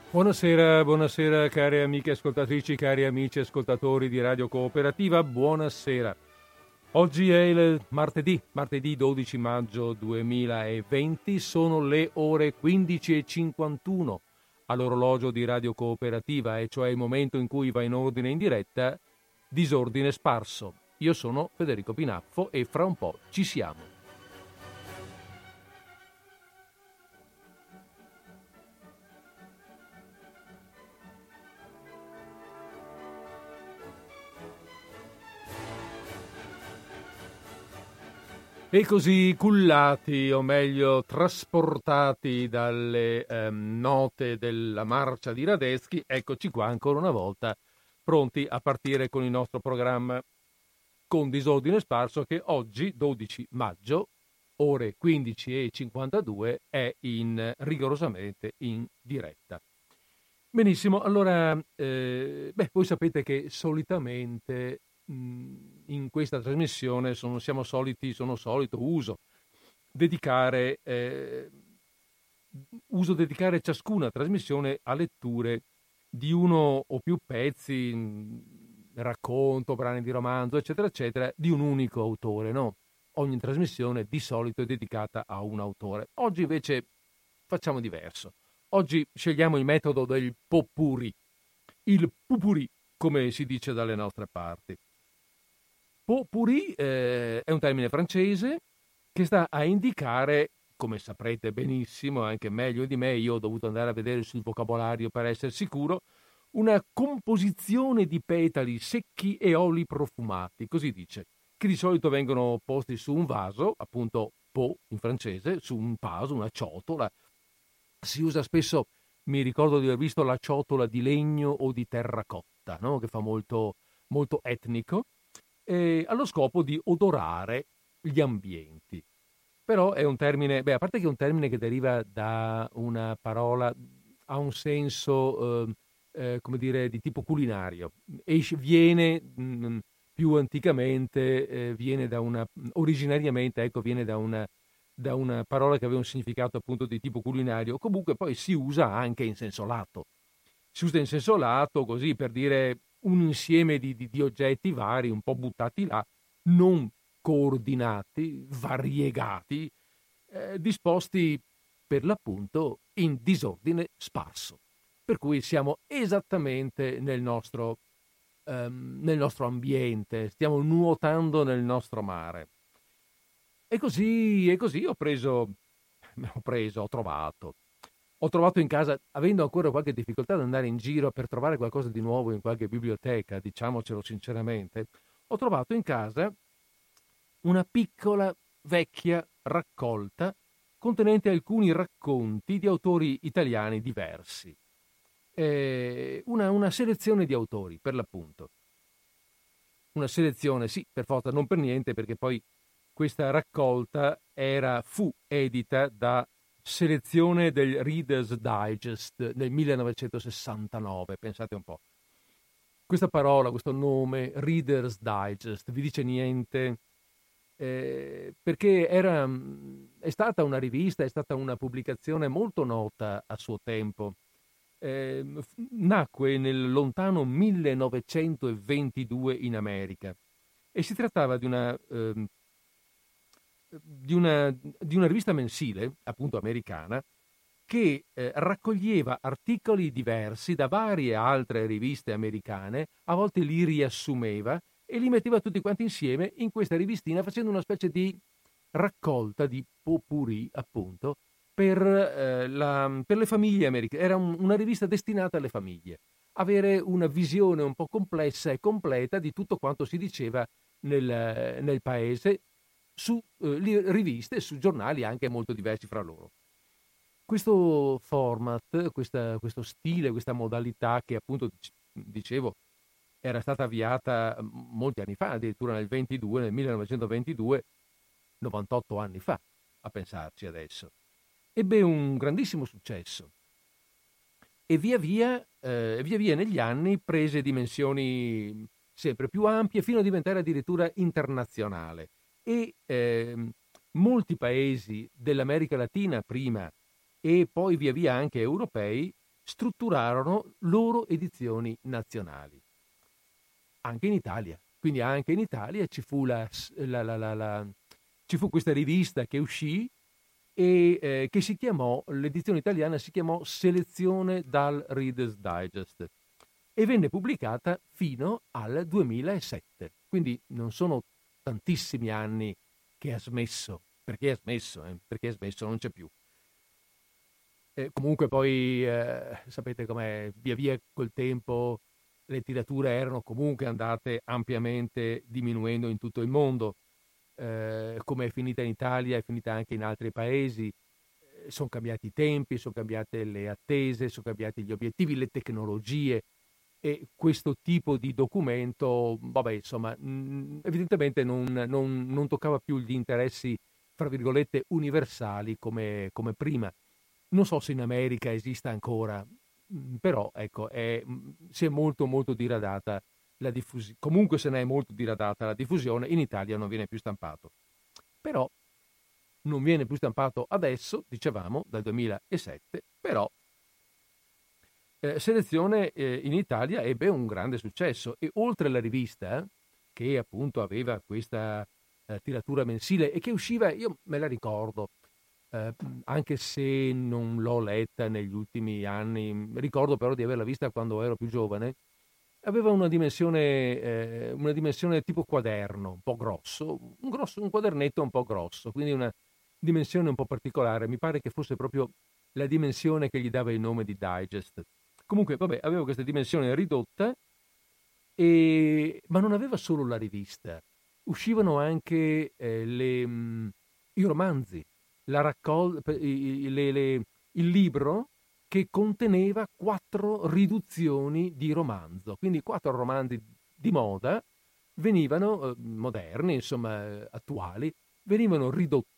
Buonasera, buonasera cari amiche ascoltatrici, cari amici ascoltatori di Radio Cooperativa, buonasera. Oggi è il martedì 12 maggio 2020, sono le ore 15:51 all'orologio di Radio Cooperativa, e cioè il momento in cui va in ordine in diretta Disordine Sparso. Io sono Federico Pinaffo e fra un po' ci siamo. E così cullati, o meglio trasportati dalle note della marcia di Radetzky, eccoci qua ancora una volta, pronti a partire con il nostro programma con Disordine Sparso, che oggi, 12 maggio, ore 15:52, è rigorosamente in diretta. Benissimo, allora, voi sapete che solitamente in questa trasmissione sono solito dedicare ciascuna trasmissione a letture di uno o più pezzi, racconto, brani di romanzo, eccetera, eccetera, di un unico autore, no? Ogni trasmissione di solito è dedicata a un autore. Oggi invece facciamo diverso. Oggi scegliamo il metodo del pot-pourri, il pupurri, come si dice dalle nostre parti. Pot-pourri è un termine francese che sta a indicare, come saprete benissimo, anche meglio di me, io ho dovuto andare a vedere sul vocabolario per essere sicuro, una composizione di petali secchi e oli profumati, così dice, che di solito vengono posti su un vaso, appunto pot in francese, su un vaso, una ciotola. Si usa spesso, mi ricordo di aver visto la ciotola di legno o di terracotta, no? Che fa molto, molto etnico, allo scopo di odorare gli ambienti. Però è un termine, a parte che è un termine che deriva da una parola, ha un senso, come dire, di tipo culinario. Viene più anticamente, originariamente, ecco, viene da una parola che aveva un significato appunto di tipo culinario. Comunque poi si usa anche in senso lato. Si usa in senso lato così per dire un insieme di oggetti vari, un po' buttati là, non coordinati, variegati, disposti per l'appunto in disordine sparso. Per cui siamo esattamente nel nostro ambiente, stiamo nuotando nel nostro mare. E così ho trovato in casa, avendo ancora qualche difficoltà ad andare in giro per trovare qualcosa di nuovo in qualche biblioteca, diciamocelo sinceramente, ho trovato in casa una piccola vecchia raccolta contenente alcuni racconti di autori italiani diversi. Una selezione di autori, per l'appunto. Una selezione, sì, per forza, non per niente, perché poi questa raccolta fu edita da Selezione del Reader's Digest nel 1969, pensate un po'. Questa parola, questo nome, Reader's Digest, vi dice niente? Perché è stata una rivista, è stata una pubblicazione molto nota a suo tempo. Nacque nel lontano 1922 in America e si trattava di una rivista mensile, appunto americana, che raccoglieva articoli diversi da varie altre riviste americane, a volte li riassumeva e li metteva tutti quanti insieme in questa rivistina, facendo una specie di raccolta di pot-pourri, appunto, per le famiglie americane. Era una rivista destinata alle famiglie. Avere una visione un po' complessa e completa di tutto quanto si diceva nel paese, su riviste e su giornali anche molto diversi fra loro. Questo format, questo stile, questa modalità che appunto dicevo era stata avviata molti anni fa, addirittura nel 1922, 98 anni fa, a pensarci adesso, ebbe un grandissimo successo e via via negli anni prese dimensioni sempre più ampie fino a diventare addirittura internazionale. E molti paesi dell'America Latina prima e poi via via anche europei strutturarono loro edizioni nazionali, anche in Italia. Quindi anche in Italia ci fu, ci fu questa rivista che uscì e che si chiamò, l'edizione italiana si chiamò Selezione dal Reader's Digest e venne pubblicata fino al 2007. Quindi non sono tantissimi anni che ha smesso. Perché ha smesso? Perché ha smesso, non c'è più. Comunque poi sapete com'è, via via col tempo le tirature erano comunque andate ampiamente diminuendo in tutto il mondo. Come è finita in Italia, è finita anche in altri paesi. Sono cambiati i tempi, sono cambiate le attese, sono cambiati gli obiettivi, le tecnologie, e questo tipo di documento, vabbè, insomma, evidentemente non toccava più gli interessi, fra virgolette, universali come prima. Non so se in America esista ancora, però ecco, si è molto molto diradata la diffusione. Comunque se ne è molto diradata la diffusione, in Italia non viene più stampato. Però non viene più stampato adesso, dicevamo, dal 2007, però Selezione in Italia ebbe un grande successo e oltre alla rivista, che appunto aveva questa tiratura mensile e che usciva, io me la ricordo, anche se non l'ho letta negli ultimi anni, ricordo però di averla vista quando ero più giovane, aveva una dimensione tipo quaderno, un po' grosso, un quadernetto un po' grosso, quindi una dimensione un po' particolare. Mi pare che fosse proprio la dimensione che gli dava il nome di digest. Comunque, vabbè, aveva questa dimensione ridotta, ma non aveva solo la rivista. Uscivano anche i romanzi, il libro che conteneva 4 riduzioni di romanzo, quindi 4 romanzi di moda venivano, moderni, insomma, attuali, venivano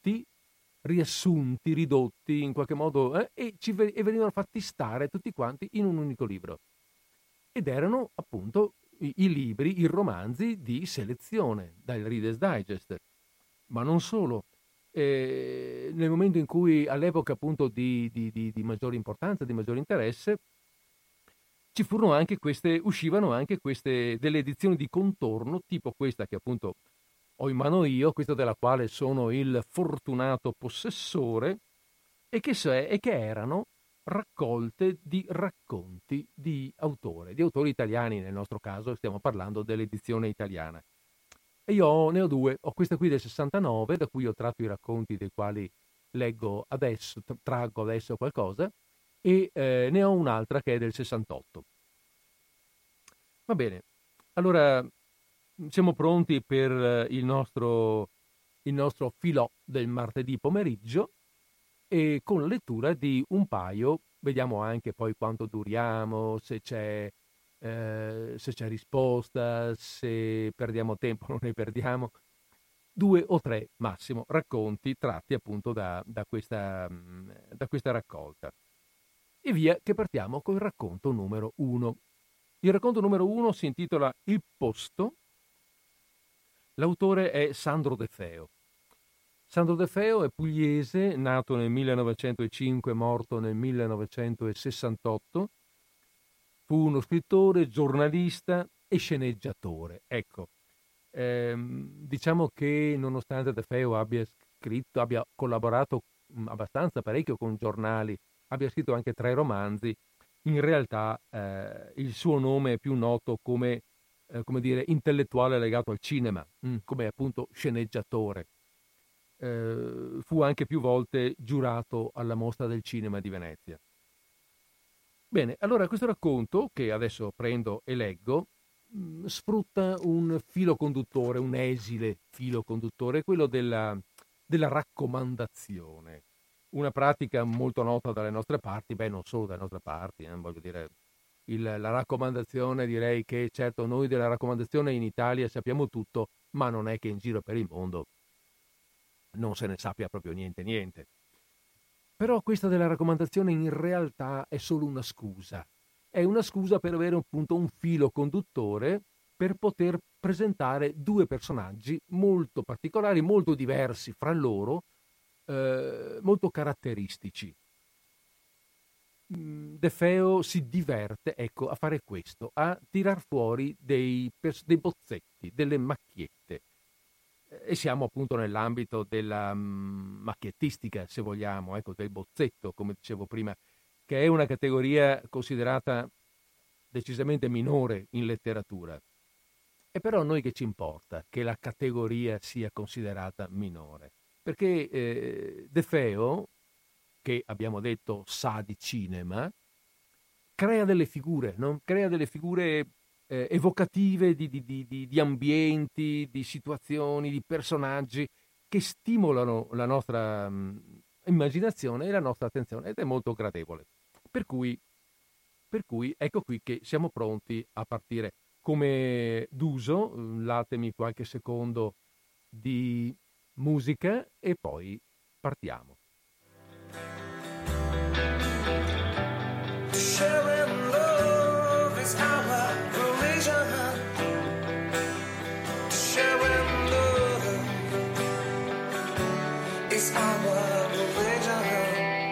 ridotti in qualche modo e venivano fatti stare tutti quanti in un unico libro. Ed erano appunto i libri, i romanzi di selezione dal Reader's Digest. Ma non solo. Nel momento in cui all'epoca appunto di maggiore importanza, di maggiore interesse, uscivano anche queste delle edizioni di contorno, tipo questa che appunto ho in mano io, questa della quale sono il fortunato possessore, e che erano raccolte di racconti di autori italiani. Nel nostro caso stiamo parlando dell'edizione italiana. E io ne ho 2, ho questa qui del 69, da cui ho tratto i racconti dei quali leggo adesso, traggo adesso qualcosa, e ne ho un'altra che è del 68. Va bene, allora siamo pronti per il nostro filò del martedì pomeriggio, e con la lettura di un paio, vediamo anche poi quanto duriamo, se c'è risposta, se perdiamo tempo o non ne perdiamo, 2 o 3 massimo racconti tratti appunto da questa raccolta. E via che partiamo col racconto numero 1. Il racconto numero 1 si intitola Il posto. L'autore è Sandro De Feo. Sandro De Feo è pugliese, nato nel 1905, morto nel 1968. Fu uno scrittore, giornalista e sceneggiatore. Ecco, diciamo che nonostante De Feo abbia collaborato abbastanza parecchio con giornali, abbia scritto anche 3 romanzi, in realtà il suo nome è più noto come dire, intellettuale legato al cinema, come appunto sceneggiatore. Fu anche più volte giurato alla Mostra del Cinema di Venezia. Bene, allora questo racconto, che adesso prendo e leggo, sfrutta un filo conduttore, un esile filo conduttore, quello della raccomandazione. Una pratica molto nota dalle nostre parti, non solo dalle nostre parti, voglio dire, la raccomandazione, direi che certo noi della raccomandazione in Italia sappiamo tutto, ma non è che in giro per il mondo non se ne sappia proprio niente. Però questa della raccomandazione in realtà è solo una scusa. È una scusa per avere appunto un filo conduttore per poter presentare 2 personaggi molto particolari, molto diversi fra loro, molto caratteristici. De Feo si diverte, ecco, a fare questo, a tirar fuori dei bozzetti, delle macchiette. E siamo appunto nell'ambito della macchiettistica, se vogliamo, ecco, del bozzetto, come dicevo prima, che è una categoria considerata decisamente minore in letteratura. E però a noi che ci importa che la categoria sia considerata minore? Perché De Feo, che abbiamo detto sa di cinema, crea delle figure, no? Crea delle figure evocative di ambienti, di situazioni, di personaggi che stimolano la nostra immaginazione e la nostra attenzione, ed è molto gradevole. Per cui ecco qui che siamo pronti a partire. Come d'uso, latemi qualche secondo di musica e poi partiamo. Sharing love is our religion. Sharing love is our religion.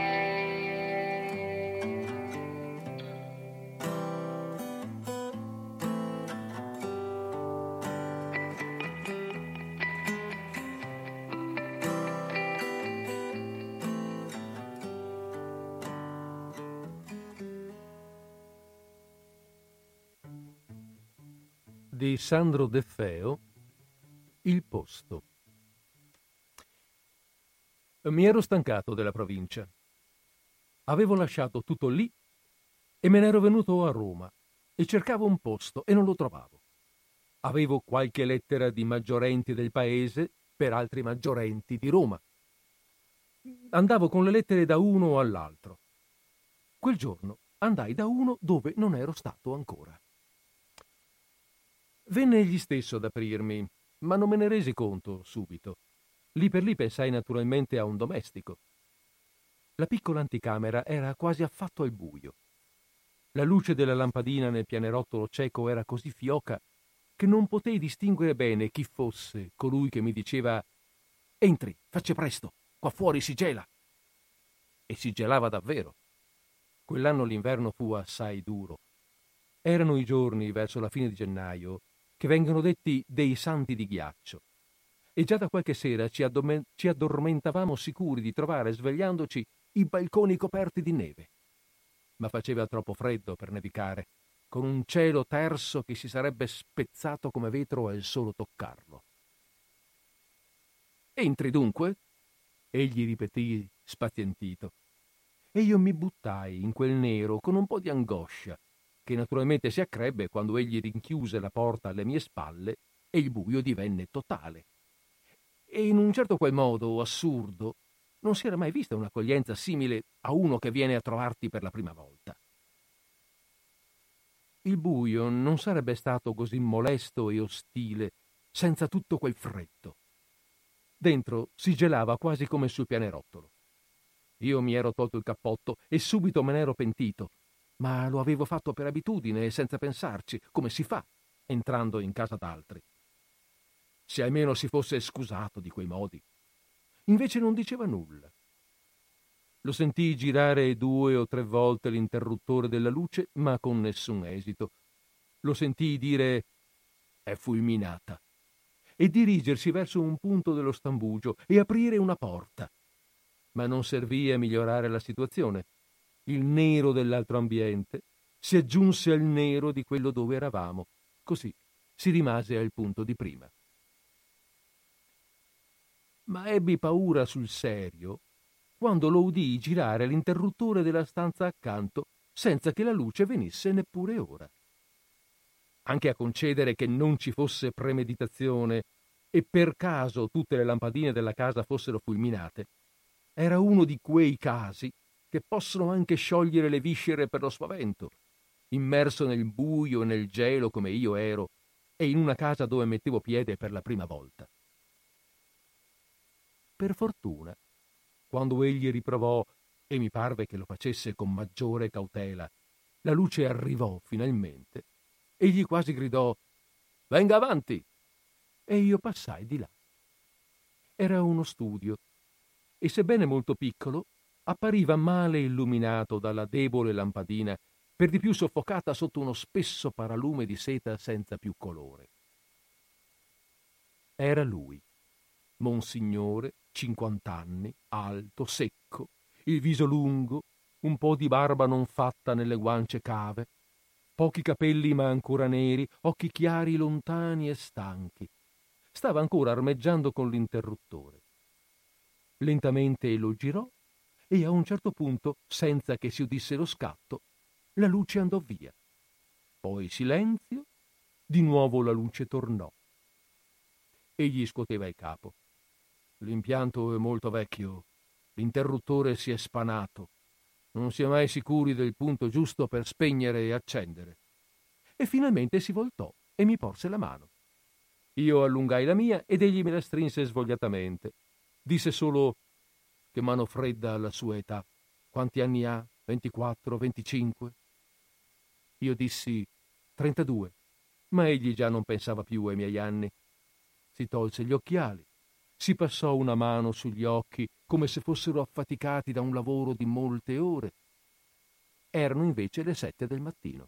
Di Sandro De Feo, Il posto. Mi ero stancato della provincia. Avevo lasciato tutto lì e me n'ero venuto a Roma e cercavo un posto e non lo trovavo. Avevo qualche lettera di maggiorenti del paese per altri maggiorenti di Roma. Andavo con le lettere da uno all'altro. Quel giorno andai da uno dove non ero stato ancora. Venne egli stesso ad aprirmi, ma non me ne resi conto subito. Lì per lì pensai naturalmente a un domestico. La piccola anticamera era quasi affatto al buio. La luce della lampadina nel pianerottolo cieco era così fioca che non potei distinguere bene chi fosse colui che mi diceva «Entri, faccia presto, qua fuori si gela!» E si gelava davvero. Quell'anno l'inverno fu assai duro. Erano i giorni, verso la fine di gennaio, che vengono detti dei santi di ghiaccio. E già da qualche sera ci addormentavamo sicuri di trovare, svegliandoci, i balconi coperti di neve. Ma faceva troppo freddo per nevicare, con un cielo terso che si sarebbe spezzato come vetro al solo toccarlo. «Entri dunque?» egli ripetì spazientito. E io mi buttai in quel nero con un po' di angoscia, che naturalmente si accrebbe quando egli rinchiuse la porta alle mie spalle e il buio divenne totale. E in un certo qual modo assurdo non si era mai vista un'accoglienza simile a uno che viene a trovarti per la prima volta. Il buio non sarebbe stato così molesto e ostile senza tutto quel freddo. Dentro si gelava quasi come sul pianerottolo. Io mi ero tolto il cappotto e subito me n'ero pentito, ma lo avevo fatto per abitudine e senza pensarci, come si fa entrando in casa d'altri. Se almeno si fosse scusato di quei modi. Invece non diceva nulla. Lo sentii girare 2 o 3 volte l'interruttore della luce, ma con nessun esito. Lo sentii dire «È fulminata» e dirigersi verso un punto dello stambugio e aprire una porta. Ma non servì a migliorare la situazione. Il nero dell'altro ambiente si aggiunse al nero di quello dove eravamo. Così si rimase al punto di prima. Ma ebbi paura sul serio quando lo udii girare l'interruttore della stanza accanto senza che la luce venisse neppure ora. Anche a concedere che non ci fosse premeditazione e per caso tutte le lampadine della casa fossero fulminate, era uno di quei casi che possono anche sciogliere le viscere per lo spavento, immerso nel buio e nel gelo come io ero e in una casa dove mettevo piede per la prima volta. Per fortuna, quando egli riprovò, e mi parve che lo facesse con maggiore cautela, la luce arrivò finalmente, egli quasi gridò «Venga avanti!» e io passai di là. Era uno studio e, sebbene molto piccolo, appariva male illuminato dalla debole lampadina, per di più soffocata sotto uno spesso paralume di seta senza più colore. Era lui, Monsignore, 50 anni, alto, secco, il viso lungo, un po' di barba non fatta nelle guance cave, pochi capelli ma ancora neri, occhi chiari lontani e stanchi. Stava ancora armeggiando con l'interruttore. Lentamente lo girò e a un certo punto, senza che si udisse lo scatto, la luce andò via. Poi silenzio, di nuovo la luce tornò. Egli scuoteva il capo. L'impianto è molto vecchio, l'interruttore si è spanato, non si è mai sicuri del punto giusto per spegnere e accendere. E finalmente si voltò e mi porse la mano. Io allungai la mia ed egli me la strinse svogliatamente. Disse solo: che mano fredda alla sua età. Quanti anni ha? 24, 25? Io dissi 32, ma egli già non pensava più ai miei anni. Si tolse gli occhiali, si passò una mano sugli occhi come se fossero affaticati da un lavoro di molte ore. Erano invece le 7 del mattino.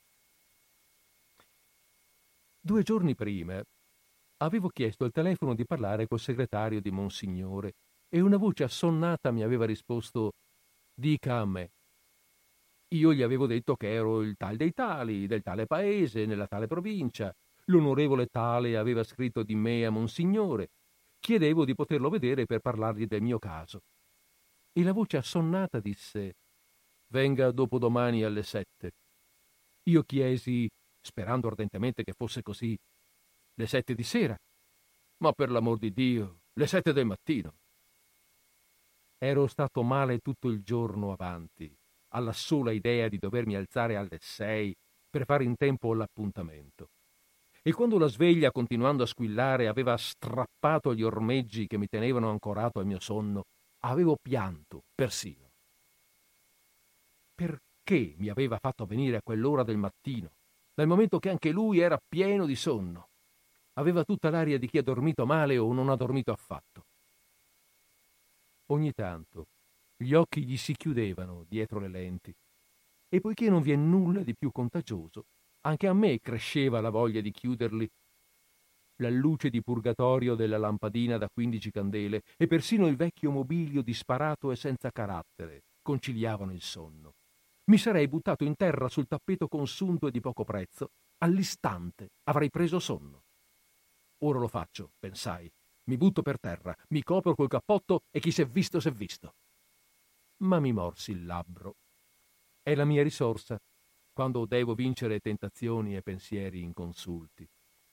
2 giorni prima avevo chiesto al telefono di parlare col segretario di Monsignore e una voce assonnata mi aveva risposto: dica a me. Io gli avevo detto che ero il tal dei tali, del tale paese, nella tale provincia. L'onorevole tale aveva scritto di me a Monsignore. Chiedevo di poterlo vedere per parlargli del mio caso. E la voce assonnata disse: venga dopodomani alle 7. Io chiesi, sperando ardentemente che fosse così, le 7 di sera. Ma per l'amor di Dio, le 7 del mattino. Ero stato male tutto il giorno avanti, alla sola idea di dovermi alzare alle 6 per fare in tempo l'appuntamento. E quando la sveglia, continuando a squillare, aveva strappato gli ormeggi che mi tenevano ancorato al mio sonno, avevo pianto persino. Perché mi aveva fatto venire a quell'ora del mattino, dal momento che anche lui era pieno di sonno? Aveva tutta l'aria di chi ha dormito male o non ha dormito affatto. Ogni tanto gli occhi gli si chiudevano dietro le lenti e poiché non vi è nulla di più contagioso, anche a me cresceva la voglia di chiuderli. La luce di purgatorio della lampadina da 15 candele e persino il vecchio mobilio disparato e senza carattere conciliavano il sonno. Mi sarei buttato in terra sul tappeto consunto e di poco prezzo. All'istante avrei preso sonno. Ora lo faccio, pensai. Mi butto per terra, mi copro col cappotto e chi s'è visto s'è visto. Ma mi morsi il labbro. È la mia risorsa quando devo vincere tentazioni e pensieri inconsulti.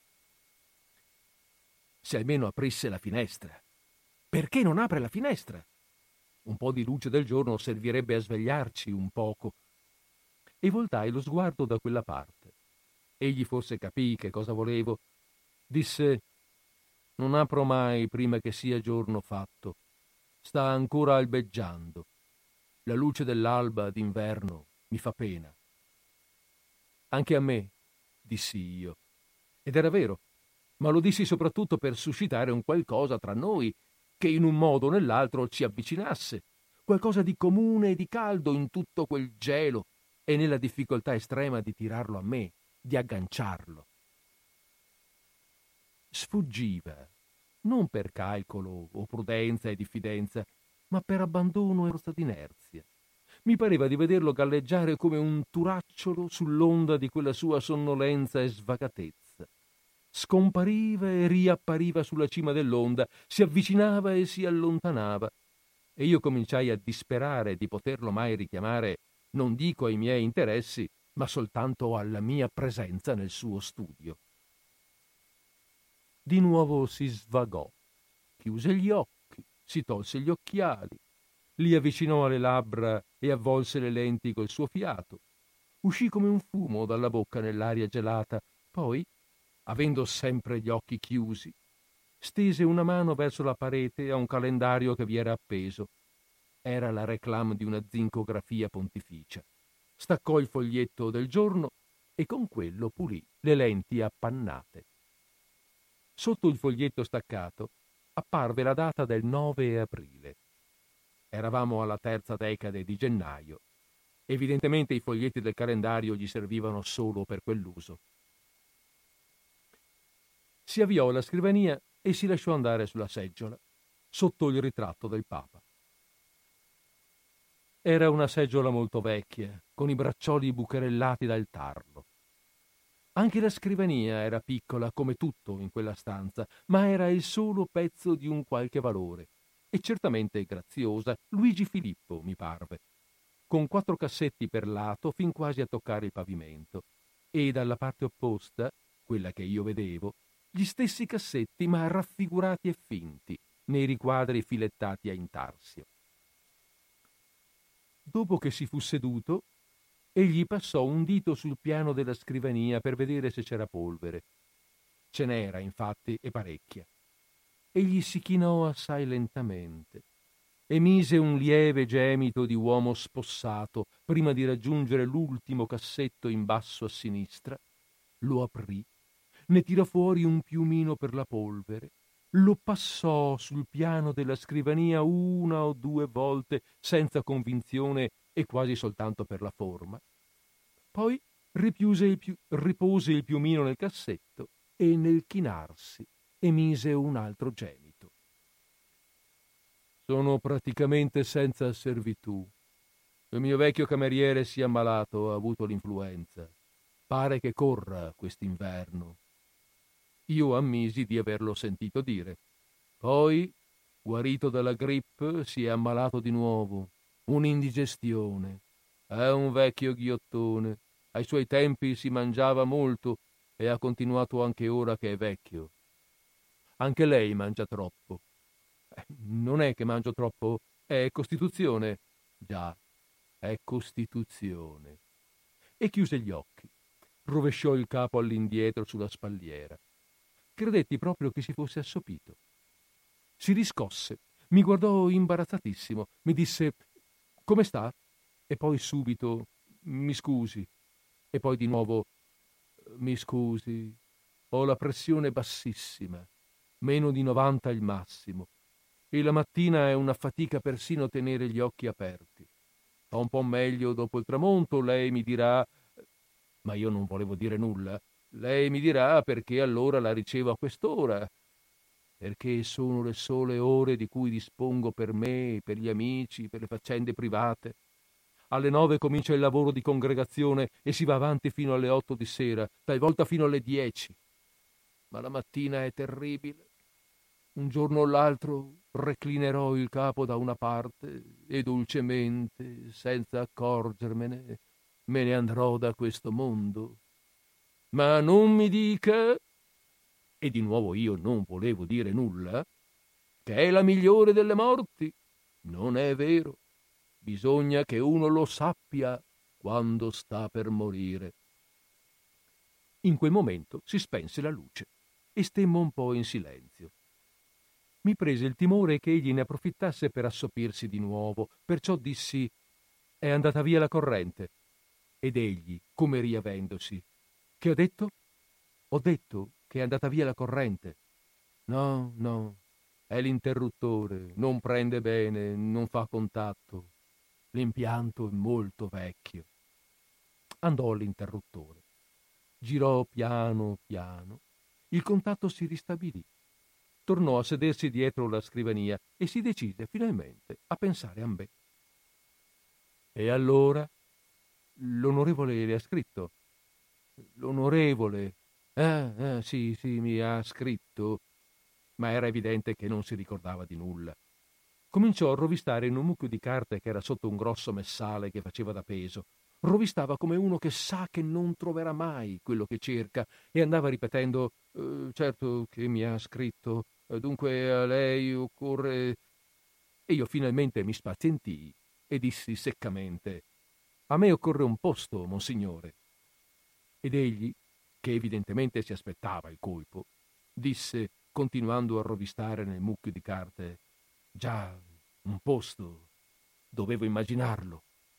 Se almeno aprisse la finestra. Perché non apre la finestra? Un po' di luce del giorno servirebbe a svegliarci un poco. E voltai lo sguardo da quella parte. Egli forse capì che cosa volevo. Disse: non apro mai prima che sia giorno fatto. Sta ancora albeggiando. La luce dell'alba d'inverno mi fa pena. Anche a me, dissi io. Ed era vero, ma lo dissi soprattutto per suscitare un qualcosa tra noi che in un modo o nell'altro ci avvicinasse, qualcosa di comune e di caldo in tutto quel gelo e nella difficoltà estrema di tirarlo a me, di agganciarlo. Sfuggiva, non per calcolo o prudenza e diffidenza, ma per abbandono e forza d'inerzia. Mi pareva di vederlo galleggiare come un turacciolo sull'onda di quella sua sonnolenza e svagatezza. Scompariva e riappariva sulla cima dell'onda, si avvicinava e si allontanava, e io cominciai a disperare di poterlo mai richiamare, non dico ai miei interessi, ma soltanto alla mia presenza nel suo studio. Di nuovo si svagò, chiuse gli occhi, si tolse gli occhiali, li avvicinò alle labbra e avvolse le lenti col suo fiato. Uscì come un fumo dalla bocca nell'aria gelata, poi, avendo sempre gli occhi chiusi, stese una mano verso la parete a un calendario che vi era appeso. Era la réclame di una zincografia pontificia. Staccò il foglietto del giorno e con quello pulì le lenti appannate. Sotto il foglietto staccato apparve la data del 9 aprile. Eravamo alla terza decade di gennaio. Evidentemente i foglietti del calendario gli servivano solo per quell'uso. Si avviò alla scrivania e si lasciò andare sulla seggiola, sotto il ritratto del Papa. Era una seggiola molto vecchia, con i braccioli bucherellati dal tarlo. Anche la scrivania era piccola come tutto in quella stanza, ma era il solo pezzo di un qualche valore, e certamente graziosa. Luigi Filippo, mi parve, con 4 cassetti per lato fin quasi a toccare il pavimento, e dalla parte opposta, quella che io vedevo, gli stessi cassetti ma raffigurati e finti nei riquadri filettati a intarsio. Dopo che si fu seduto, egli passò un dito sul piano della scrivania per vedere se c'era polvere. Ce n'era, infatti, e parecchia. Egli si chinò assai lentamente, emise un lieve gemito di uomo spossato prima di raggiungere l'ultimo cassetto in basso a sinistra, lo aprì, ne tirò fuori un piumino per la polvere, lo passò sul piano della scrivania 1 o 2 volte senza convinzione e quasi soltanto per la forma. Poi ripose il piumino nel cassetto e nel chinarsi emise un altro gemito. Sono praticamente senza servitù. Il mio vecchio cameriere si è ammalato, ha avuto l'influenza. Pare che corra quest'inverno. Io ammisi di averlo sentito dire. Poi, guarito dalla grippe, si è ammalato di nuovo. Un'indigestione. È un vecchio ghiottone. Ai suoi tempi si mangiava molto e ha continuato anche ora che è vecchio. Anche lei mangia troppo. Non è che mangio troppo, è costituzione. Già, è costituzione. E chiuse gli occhi. Rovesciò il capo all'indietro sulla spalliera. Credetti proprio che si fosse assopito. Si riscosse, mi guardò imbarazzatissimo, mi disse «Come sta?» E poi subito «Mi scusi». E poi di nuovo «Mi scusi, ho la pressione bassissima, meno di 90 il massimo, e la mattina è una fatica persino tenere gli occhi aperti. Fa un po' meglio dopo il tramonto, lei mi dirà...» Ma io non volevo dire nulla. «Lei mi dirà perché allora la ricevo a quest'ora, perché sono le sole ore di cui dispongo per me, per gli amici, per le faccende private. Alle 9 comincia il lavoro di congregazione e si va avanti fino alle 8 di sera, talvolta fino alle 10. Ma la mattina è terribile. Un giorno o l'altro reclinerò il capo da una parte e dolcemente, senza accorgermene, me ne andrò da questo mondo. Ma non mi dica», e di nuovo io non volevo dire nulla, «che è la migliore delle morti. Non è vero. Bisogna che uno lo sappia quando sta per morire». In quel momento si spense la luce e stemmo un po' in silenzio. Mi prese il timore che egli ne approfittasse per assopirsi di nuovo, perciò dissi «È andata via la corrente». Ed egli, come riavendosi: «Che ho detto?» «Ho detto che è andata via la corrente». «No, no, è l'interruttore, non prende bene, non fa contatto. L'impianto è molto vecchio». Andò all'interruttore. Girò piano piano. Il contatto si ristabilì. Tornò a sedersi dietro la scrivania e si decise finalmente a pensare a me. «E allora? L'onorevole le ha scritto?» «L'onorevole? Sì, mi ha scritto», ma era evidente che non si ricordava di nulla. Cominciò a rovistare in un mucchio di carte che era sotto un grosso messale che faceva da peso. Rovistava come uno che sa che non troverà mai quello che cerca e andava ripetendo «Certo che mi ha scritto, dunque a lei occorre...» E io finalmente mi spazientii e dissi seccamente «A me occorre un posto, monsignore». Ed egli, che evidentemente si aspettava il colpo, disse, continuando a rovistare nel mucchio di carte: «Già, un posto. Dovevo immaginarlo».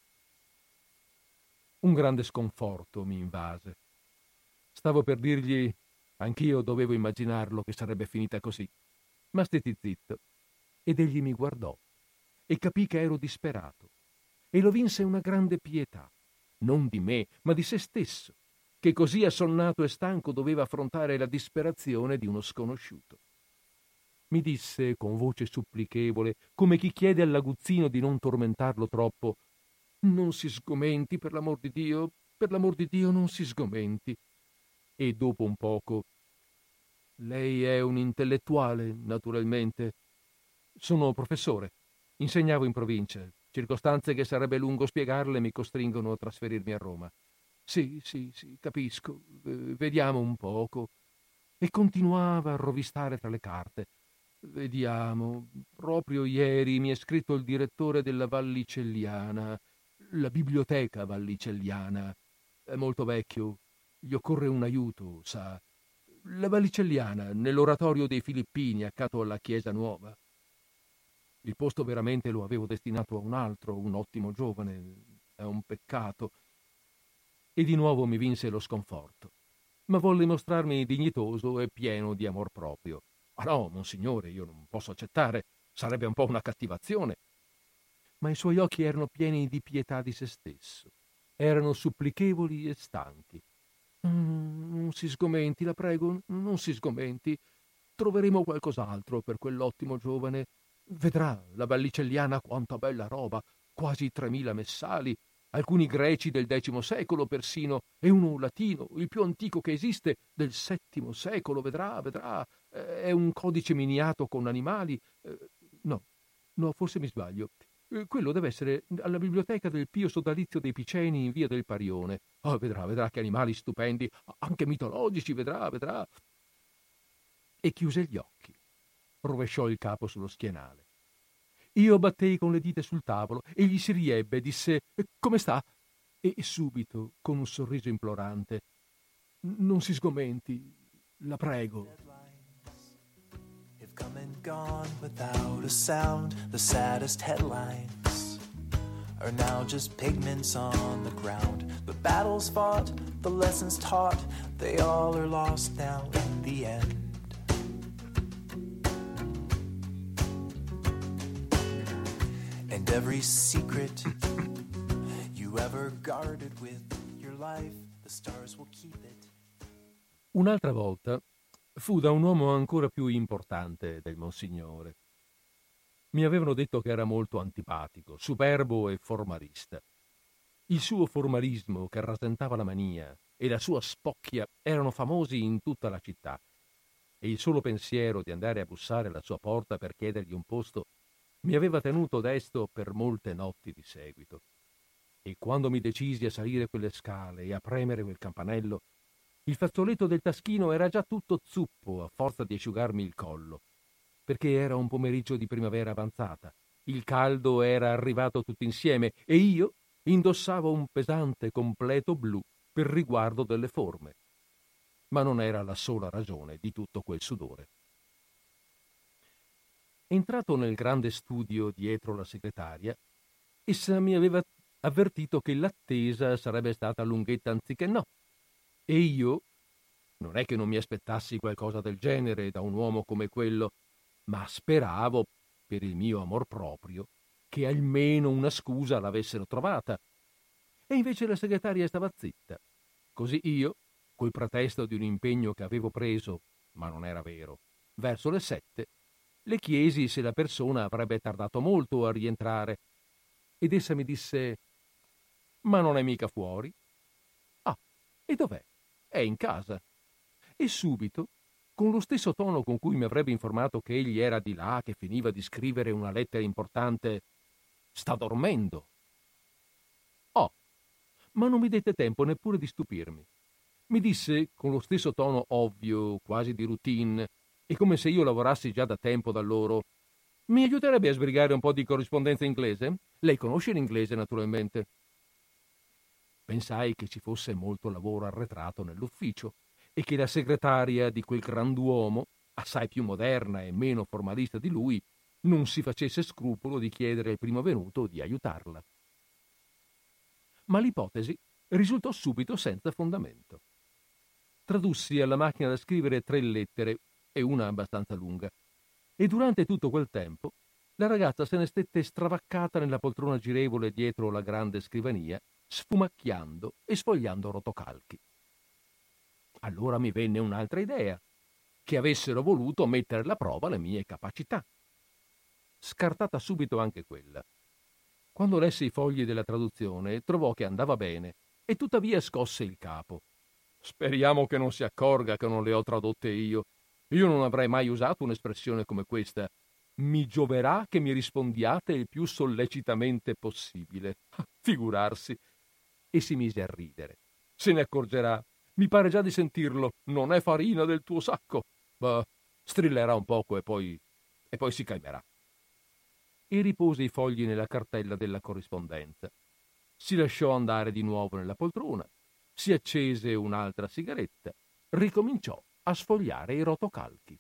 Un grande sconforto mi invase. Stavo per dirgli «Anch'io dovevo immaginarlo che sarebbe finita così», ma stetti zitto, ed egli mi guardò. e capì che ero disperato. E lo vinse una grande pietà, non di me, ma di se stesso, che così assonnato e stanco doveva affrontare la disperazione di uno sconosciuto. Mi disse con voce supplichevole, come chi chiede all'aguzzino di non tormentarlo troppo: «Non si sgomenti, per l'amor di Dio, non si sgomenti». E dopo un poco: «Lei è un intellettuale, naturalmente». «Sono professore, insegnavo in provincia. Circostanze che sarebbe lungo spiegarle mi costringono a trasferirmi a Roma». Sì, capisco. Vediamo un poco». E continuava a rovistare tra le carte. «Vediamo. Proprio ieri mi è scritto il direttore della Vallicelliana, la biblioteca Vallicelliana. È molto vecchio. Gli occorre un aiuto, sa. La Vallicelliana, nell'oratorio dei Filippini, accanto alla Chiesa Nuova. Il posto veramente lo avevo destinato a un altro, un ottimo giovane. È un peccato». E di nuovo mi vinse lo sconforto, ma volle mostrarmi dignitoso e pieno di amor proprio. «Ah no, monsignore, io non posso accettare, sarebbe un po' una cattivazione». Ma i suoi occhi erano pieni di pietà di se stesso, erano supplichevoli e stanchi. Non si sgomenti, la prego, non si sgomenti. Troveremo qualcos'altro per quell'ottimo giovane. Vedrà la Vallicelliana quanta bella roba, quasi 3000 messali, alcuni greci del X secolo persino, e uno latino, il più antico che esiste, del VII secolo. Vedrà. È un codice miniato con animali. No, forse mi sbaglio. Quello deve essere alla biblioteca del Pio Sodalizio dei Piceni in via del Parione. Vedrà che animali stupendi, anche mitologici, vedrà. E chiuse gli occhi, rovesciò il capo sullo schienale. Io battei con le dita sul tavolo, egli si riebbe e disse: «Come sta?» E subito, con un sorriso implorante: «Non si sgomenti, la prego». Have come and gone without a sound. The saddest headlines are now just pigments on the ground. The battles fought, the lessons taught, they all are lost now in the end. And every secret you ever guarded with your life, the stars will keep it. Un'altra volta fu da un uomo ancora più importante del Monsignore. Mi avevano detto che era molto antipatico, superbo e formalista. Il suo formalismo, che rasentava la mania, e la sua spocchia erano famosi in tutta la città, e il solo pensiero di andare a bussare alla sua porta per chiedergli un posto mi aveva tenuto desto per molte notti di seguito. E quando mi decisi a salire quelle scale e a premere quel campanello, il fazzoletto del taschino era già tutto zuppo a forza di asciugarmi il collo, perché era un pomeriggio di primavera avanzata, il caldo era arrivato tutto insieme e io indossavo un pesante completo blu per riguardo delle forme. Ma non era la sola ragione di tutto quel sudore. Entrato nel grande studio dietro la segretaria, essa mi aveva avvertito che l'attesa sarebbe stata lunghetta anziché no, e io non è che non mi aspettassi qualcosa del genere da un uomo come quello, ma speravo, per il mio amor proprio, che almeno una scusa l'avessero trovata. E invece la segretaria stava zitta. Così io, col pretesto di un impegno che avevo preso, ma non era vero, verso le 7, le chiesi se la persona avrebbe tardato molto a rientrare, ed essa mi disse: «Ma non è mica fuori». «Ah, e dov'è?» «È in casa». E subito, con lo stesso tono con cui mi avrebbe informato che egli era di là, che finiva di scrivere una lettera importante: «Sta dormendo». «Oh», ma non mi dette tempo neppure di stupirmi. Mi disse, con lo stesso tono ovvio, quasi di routine, e come se io lavorassi già da tempo da loro: «Mi aiuterebbe a sbrigare un po' di corrispondenza inglese? Lei conosce l'inglese, naturalmente». Pensai che ci fosse molto lavoro arretrato nell'ufficio e che la segretaria di quel grand'uomo, assai più moderna e meno formalista di lui, non si facesse scrupolo di chiedere al primo venuto di aiutarla. Ma l'ipotesi risultò subito senza fondamento. Tradussi alla macchina da scrivere 3 lettere, e una abbastanza lunga, e durante tutto quel tempo La ragazza se ne stette stravaccata nella poltrona girevole dietro la grande scrivania, sfumacchiando e sfogliando rotocalchi. Allora mi venne un'altra idea, che avessero voluto mettere alla prova le mie capacità. Scartata subito anche quella. Quando lesse i fogli della traduzione, trovò che andava bene e tuttavia scosse il capo. Speriamo che non si accorga che non le ho tradotte io. Io non avrei mai usato un'espressione come questa. Mi gioverà che mi rispondiate il più sollecitamente possibile. Figurarsi. E si mise a ridere. Se ne accorgerà. Mi pare già di sentirlo. Non è farina del tuo sacco. Bah, strillerà un poco e poi si calmerà. E ripose i fogli nella cartella della corrispondenza. Si lasciò andare di nuovo nella poltrona, si accese un'altra sigaretta, ricominciò a sfogliare i rotocalchi.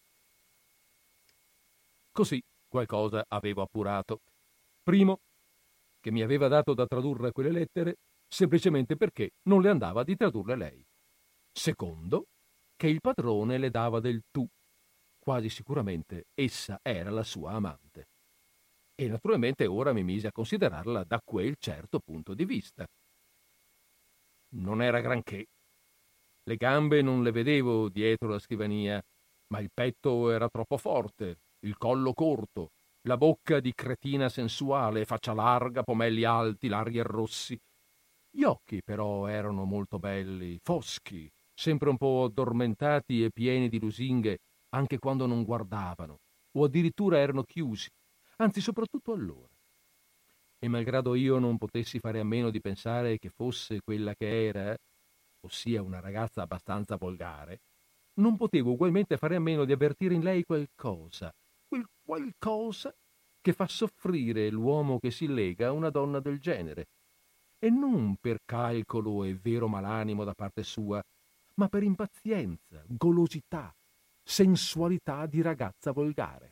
Così qualcosa avevo appurato. Primo, che mi aveva dato da tradurre quelle lettere semplicemente perché non le andava di tradurle lei. Secondo, che il padrone le dava del tu. Quasi sicuramente essa era la sua amante. E naturalmente ora mi mise a considerarla da quel certo punto di vista. Non era granché. Le gambe non le vedevo dietro la scrivania, ma il petto era troppo forte, il collo corto, la bocca di cretina sensuale, faccia larga, pomelli alti, larghi e rossi. Gli occhi però erano molto belli, foschi, sempre un po' addormentati e pieni di lusinghe anche quando non guardavano, o addirittura erano chiusi, anzi soprattutto allora. E malgrado io non potessi fare a meno di pensare che fosse quella che era, ossia una ragazza abbastanza volgare, non potevo ugualmente fare a meno di avvertire in lei qualcosa, quel qualcosa che fa soffrire l'uomo che si lega a una donna del genere, e non per calcolo e vero malanimo da parte sua, ma per impazienza, golosità, sensualità di ragazza volgare.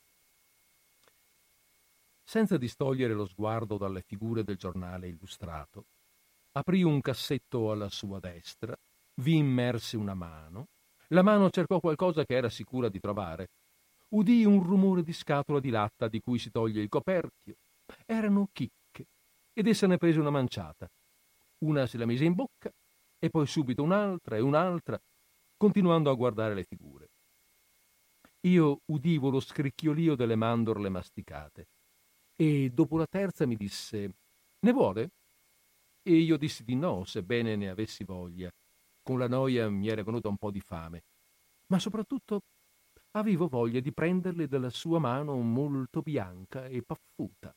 Senza distogliere lo sguardo dalle figure del giornale illustrato, aprì un cassetto alla sua destra, vi immerse una mano, la mano cercò qualcosa che era sicura di trovare, udì un rumore di scatola di latta di cui si toglie il coperchio. Erano chicche, ed essa ne prese una manciata. Una se la mise in bocca, e poi subito un'altra e un'altra, continuando a guardare le figure. Io udivo lo scricchiolio delle mandorle masticate, e dopo la terza mi disse: «Ne vuole?» E io dissi di no, sebbene ne avessi voglia. Con la noia mi era venuta un po' di fame, ma soprattutto avevo voglia di prenderle dalla sua mano molto bianca e paffuta.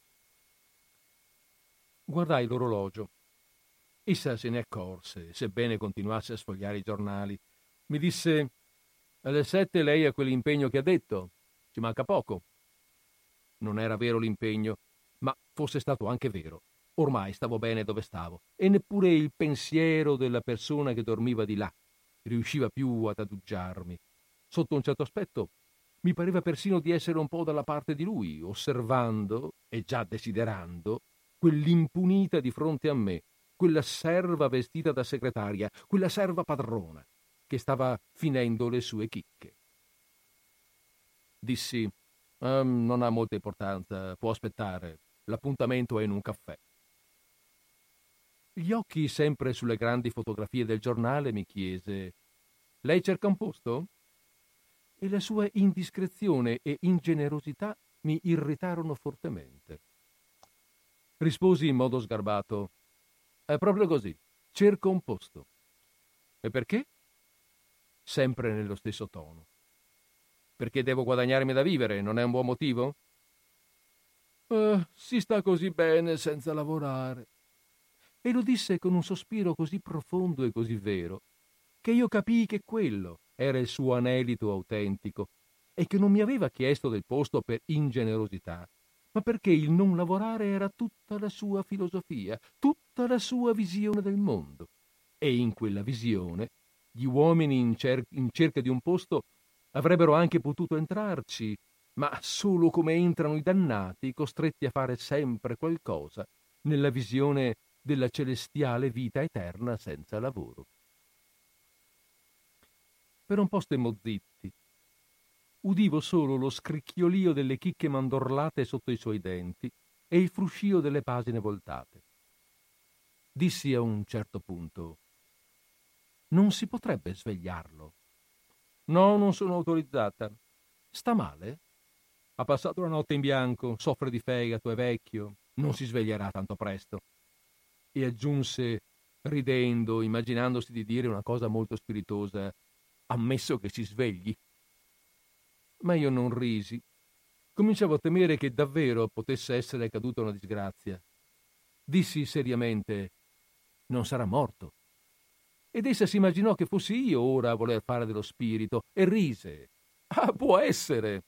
Guardai l'orologio. Essa se ne accorse, sebbene continuasse a sfogliare i giornali. Mi disse: «Alle 7 lei ha quell'impegno che ha detto. Ci manca poco». Non era vero l'impegno, ma fosse stato anche vero. Ormai stavo bene dove stavo, e neppure il pensiero della persona che dormiva di là riusciva più ad aduggiarmi. Sotto un certo aspetto mi pareva persino di essere un po' dalla parte di lui, osservando, e già desiderando, quell'impunita di fronte a me, quella serva vestita da segretaria, quella serva padrona, che stava finendo le sue chicche. Dissi: «Non ha molta importanza, può aspettare. L'appuntamento è in un caffè». Gli occhi sempre sulle grandi fotografie del giornale mi chiese: «Lei cerca un posto?» E la sua indiscrezione e ingenerosità mi irritarono fortemente. Risposi in modo sgarbato: «È proprio così, cerco un posto». «E perché?» Sempre nello stesso tono. «Perché devo guadagnarmi da vivere, non è un buon motivo?» Si sta così bene senza lavorare». E lo disse con un sospiro così profondo e così vero, che io capii che quello era il suo anelito autentico, e che non mi aveva chiesto del posto per ingenerosità, ma perché il non lavorare era tutta la sua filosofia, tutta la sua visione del mondo. E in quella visione gli uomini in cerca di un posto avrebbero anche potuto entrarci, ma solo come entrano i dannati costretti a fare sempre qualcosa nella visione della celestiale vita eterna senza lavoro. Per un po' stemmo zitti. udivo solo lo scricchiolio delle chicche mandorlate sotto i suoi denti e il fruscio delle pagine voltate. Dissi a un certo punto: non si potrebbe svegliarlo? No, non sono autorizzata. Sta male? Ha passato la notte in bianco, soffre di fegato, è vecchio, non si sveglierà tanto presto. E aggiunse, ridendo, immaginandosi di dire una cosa molto spiritosa: ammesso che si svegli. Ma io non risi. Cominciavo a temere che davvero potesse essere caduta una disgrazia. Dissi seriamente: non sarà morto. Ed essa si immaginò che fossi io ora a voler fare dello spirito e rise. Ah, può essere!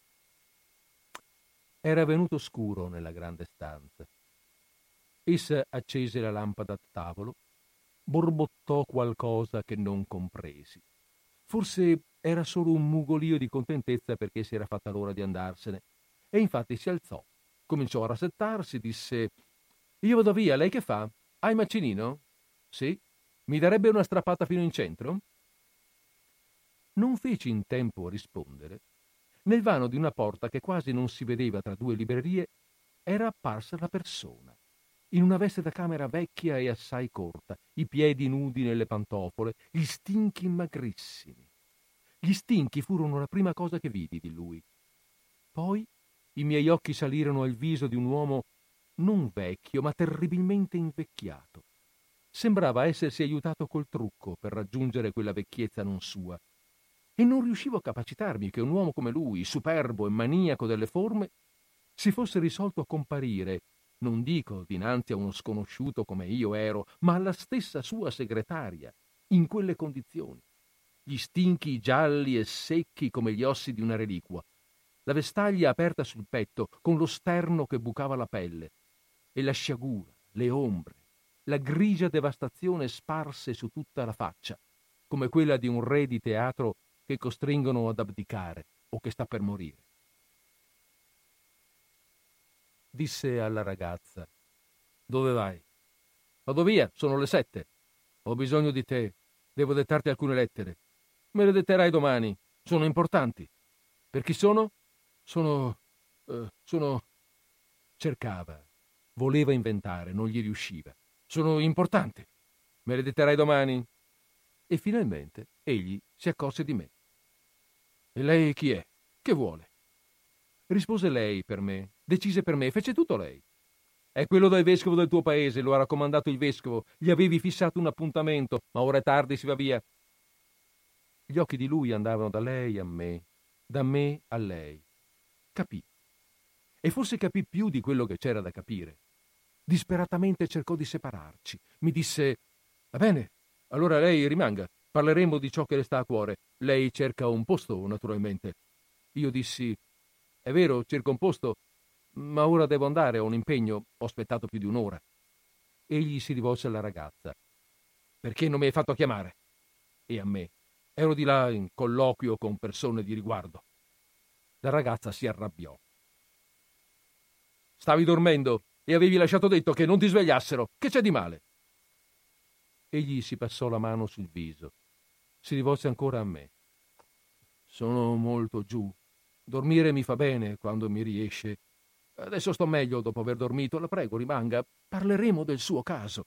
Era venuto scuro nella grande stanza. Essa accese la lampada a tavolo, borbottò qualcosa che non compresi. Forse era solo un mugolio di contentezza perché si era fatta l'ora di andarsene. E infatti si alzò, cominciò a rassettarsi, disse: io vado via, lei che fa? Hai macinino? Sì. Mi darebbe una strappata fino in centro? Non feci in tempo a rispondere. Nel vano di una porta che quasi non si vedeva tra due librerie era apparsa la persona, in una veste da camera vecchia e assai corta, i piedi nudi nelle pantofole, gli stinchi magrissimi. Gli stinchi furono la prima cosa che vidi di lui. Poi i miei occhi salirono al viso di un uomo non vecchio, ma terribilmente invecchiato. Sembrava essersi aiutato col trucco per raggiungere quella vecchiezza non sua. E non riuscivo a capacitarmi che un uomo come lui, superbo e maniaco delle forme, si fosse risolto a comparire, non dico dinanzi a uno sconosciuto come io ero, ma alla stessa sua segretaria, in quelle condizioni. Gli stinchi gialli e secchi come gli ossi di una reliquia, la vestaglia aperta sul petto, con lo sterno che bucava la pelle, e la sciagura, le ombre, la grigia devastazione sparse su tutta la faccia, come quella di un re di teatro che costringono ad abdicare o che sta per morire. Disse alla ragazza: dove vai? Vado via, sono le 7. Ho bisogno di te, devo dettarti alcune lettere. Me le detterai domani, sono importanti. Per chi sono? Sono... Cercava, voleva inventare, non gli riusciva. Sono importanti. Me le detterai domani? E finalmente egli si accorse di me. E lei chi è? Che vuole? Rispose lei per me, decise per me, fece tutto lei. È quello del vescovo del tuo paese, lo ha raccomandato il vescovo, gli avevi fissato un appuntamento, ma ora è tardi, si va via. Gli occhi di lui andavano da lei a me, da me a lei. Capì. E forse capì più di quello che c'era da capire. Disperatamente cercò di separarci. Mi disse: va bene, allora lei rimanga, parleremo di ciò che le sta a cuore. Lei cerca un posto, naturalmente. Io dissi: è vero, cerco un posto, ma ora devo andare, ho un impegno, ho aspettato più di un'ora. Egli si rivolse alla ragazza: perché non mi hai fatto chiamare? E a me: ero di là in colloquio con persone di riguardo. La ragazza si arrabbiò. Stavi dormendo e avevi lasciato detto che non ti svegliassero. Che c'è di male? Egli si passò la mano sul viso. Si rivolse ancora a me. Sono molto giù. Dormire mi fa bene quando mi riesce. Adesso sto meglio dopo aver dormito. La prego, rimanga. Parleremo del suo caso.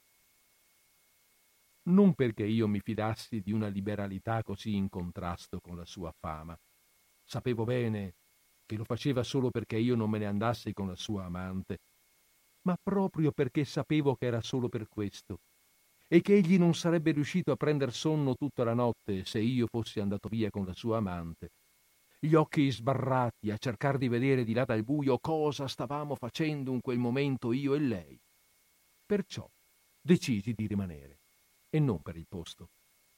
Non perché io mi fidassi di una liberalità così in contrasto con la sua fama. Sapevo bene che lo faceva solo perché io non me ne andassi con la sua amante, ma proprio perché sapevo che era solo per questo e che egli non sarebbe riuscito a prender sonno tutta la notte se io fossi andato via con la sua amante, gli occhi sbarrati a cercar di vedere di là dal buio cosa stavamo facendo in quel momento io e lei. Perciò decisi di rimanere, e non per il posto.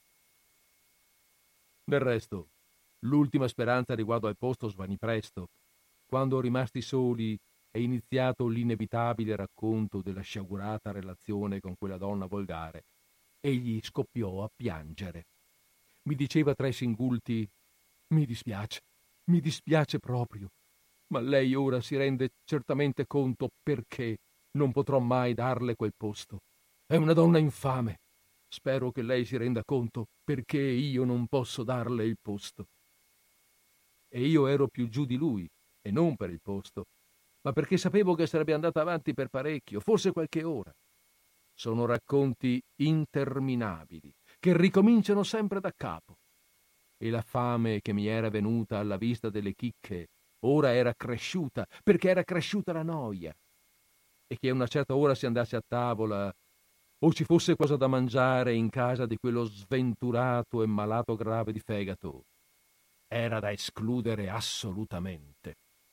Del resto, l'ultima speranza riguardo al posto svanì presto, quando, rimasti soli, è iniziato l'inevitabile racconto della sciagurata relazione con quella donna volgare. Egli scoppiò a piangere. Mi diceva tra i singulti: mi dispiace proprio, ma lei ora si rende certamente conto perché non potrò mai darle quel posto. È una donna infame. Spero che lei si renda conto perché io non posso darle il posto. e io ero più giù di lui, e non per il posto, ma perché sapevo che sarebbe andata avanti per parecchio, forse qualche ora. Sono racconti interminabili, che ricominciano sempre da capo. E la fame che mi era venuta alla vista delle chicche ora era cresciuta, perché era cresciuta la noia. E che a una certa ora si andasse a tavola o ci fosse cosa da mangiare in casa di quello sventurato e malato grave di fegato, era da escludere assolutamente.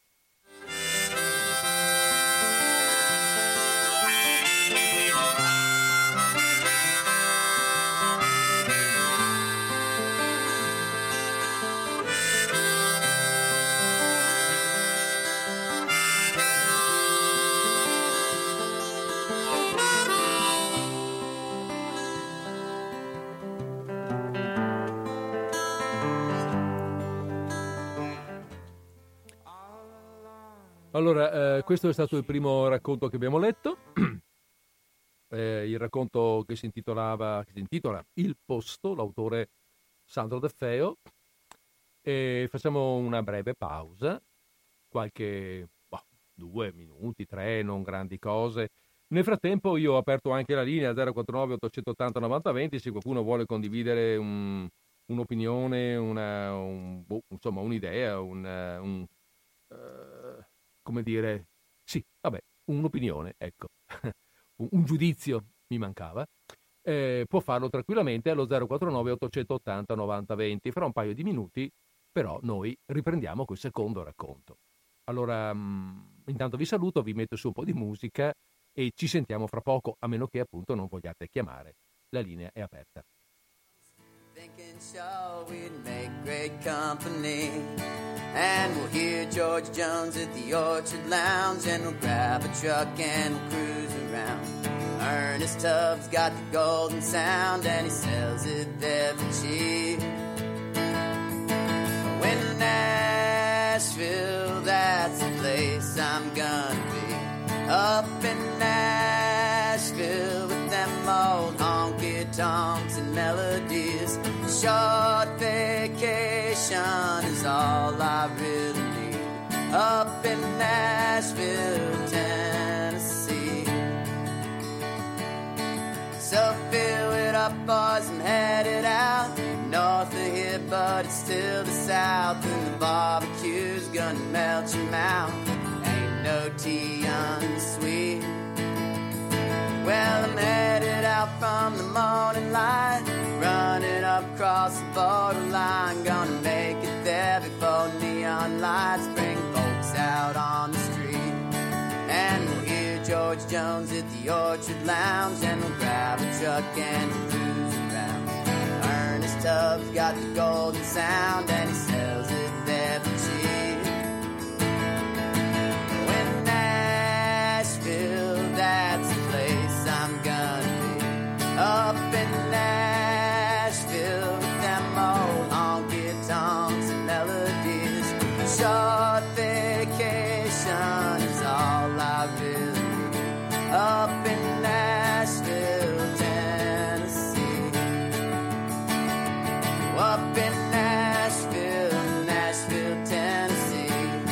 Allora, questo è stato il primo racconto che abbiamo letto, il racconto che si intitola Il posto, l'autore Sandro De Feo, e facciamo una breve pausa, qualche 2 minuti, 3, non grandi cose. Nel frattempo io ho aperto anche la linea 049 880 9020, se qualcuno vuole condividere un'opinione, insomma un'idea, come dire, sì, vabbè, un'opinione, ecco, un giudizio mi mancava, può farlo tranquillamente allo 049 880 9020. Fra un paio di minuti, però, noi riprendiamo col secondo racconto. Allora, intanto vi saluto, vi metto su un po' di musica e ci sentiamo fra poco, a meno che appunto non vogliate chiamare. La linea è aperta. Thinking sure we'd make great company, and we'll hear George Jones at the Orchard Lounge, and we'll grab a truck and we'll cruise around. Ernest Tubbs got the golden sound, and he sells it there for cheap. When Nashville, that's the place I'm gonna be, up in Nashville with them old honky-tonks and melodies. Short vacation is all I really need, up in Nashville, Tennessee. So fill it up, boys, and head it out north of here, but it's still the south, and the barbecue's gonna melt your mouth. Ain't no tea unsweet. Well, I'm headed out from the morning light, running up across the borderline, gonna make it there before neon lights bring folks out on the street. And we'll hear George Jones at the Orchard Lounge, and we'll grab a truck and we'll cruise around. Ernest Tubbs got the golden sound, and he sells it there for cheap. When Nashville, that's the place I'm gonna be, up in Nashville with them old honky-tonks and melodies. Short vacation is all I really need, up in Nashville, Tennessee. Up in Nashville, Nashville, Tennessee.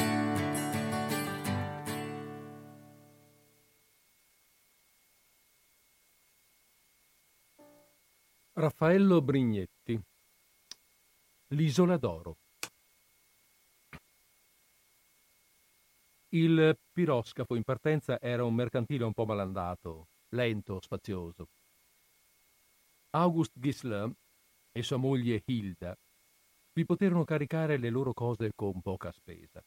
Raffaello Brignetti, L'Isola d'Oro. Il piroscafo in partenza era un mercantile un po' malandato, lento, spazioso. August Gisler e sua moglie Hilda vi poterono caricare le loro cose con poca spesa.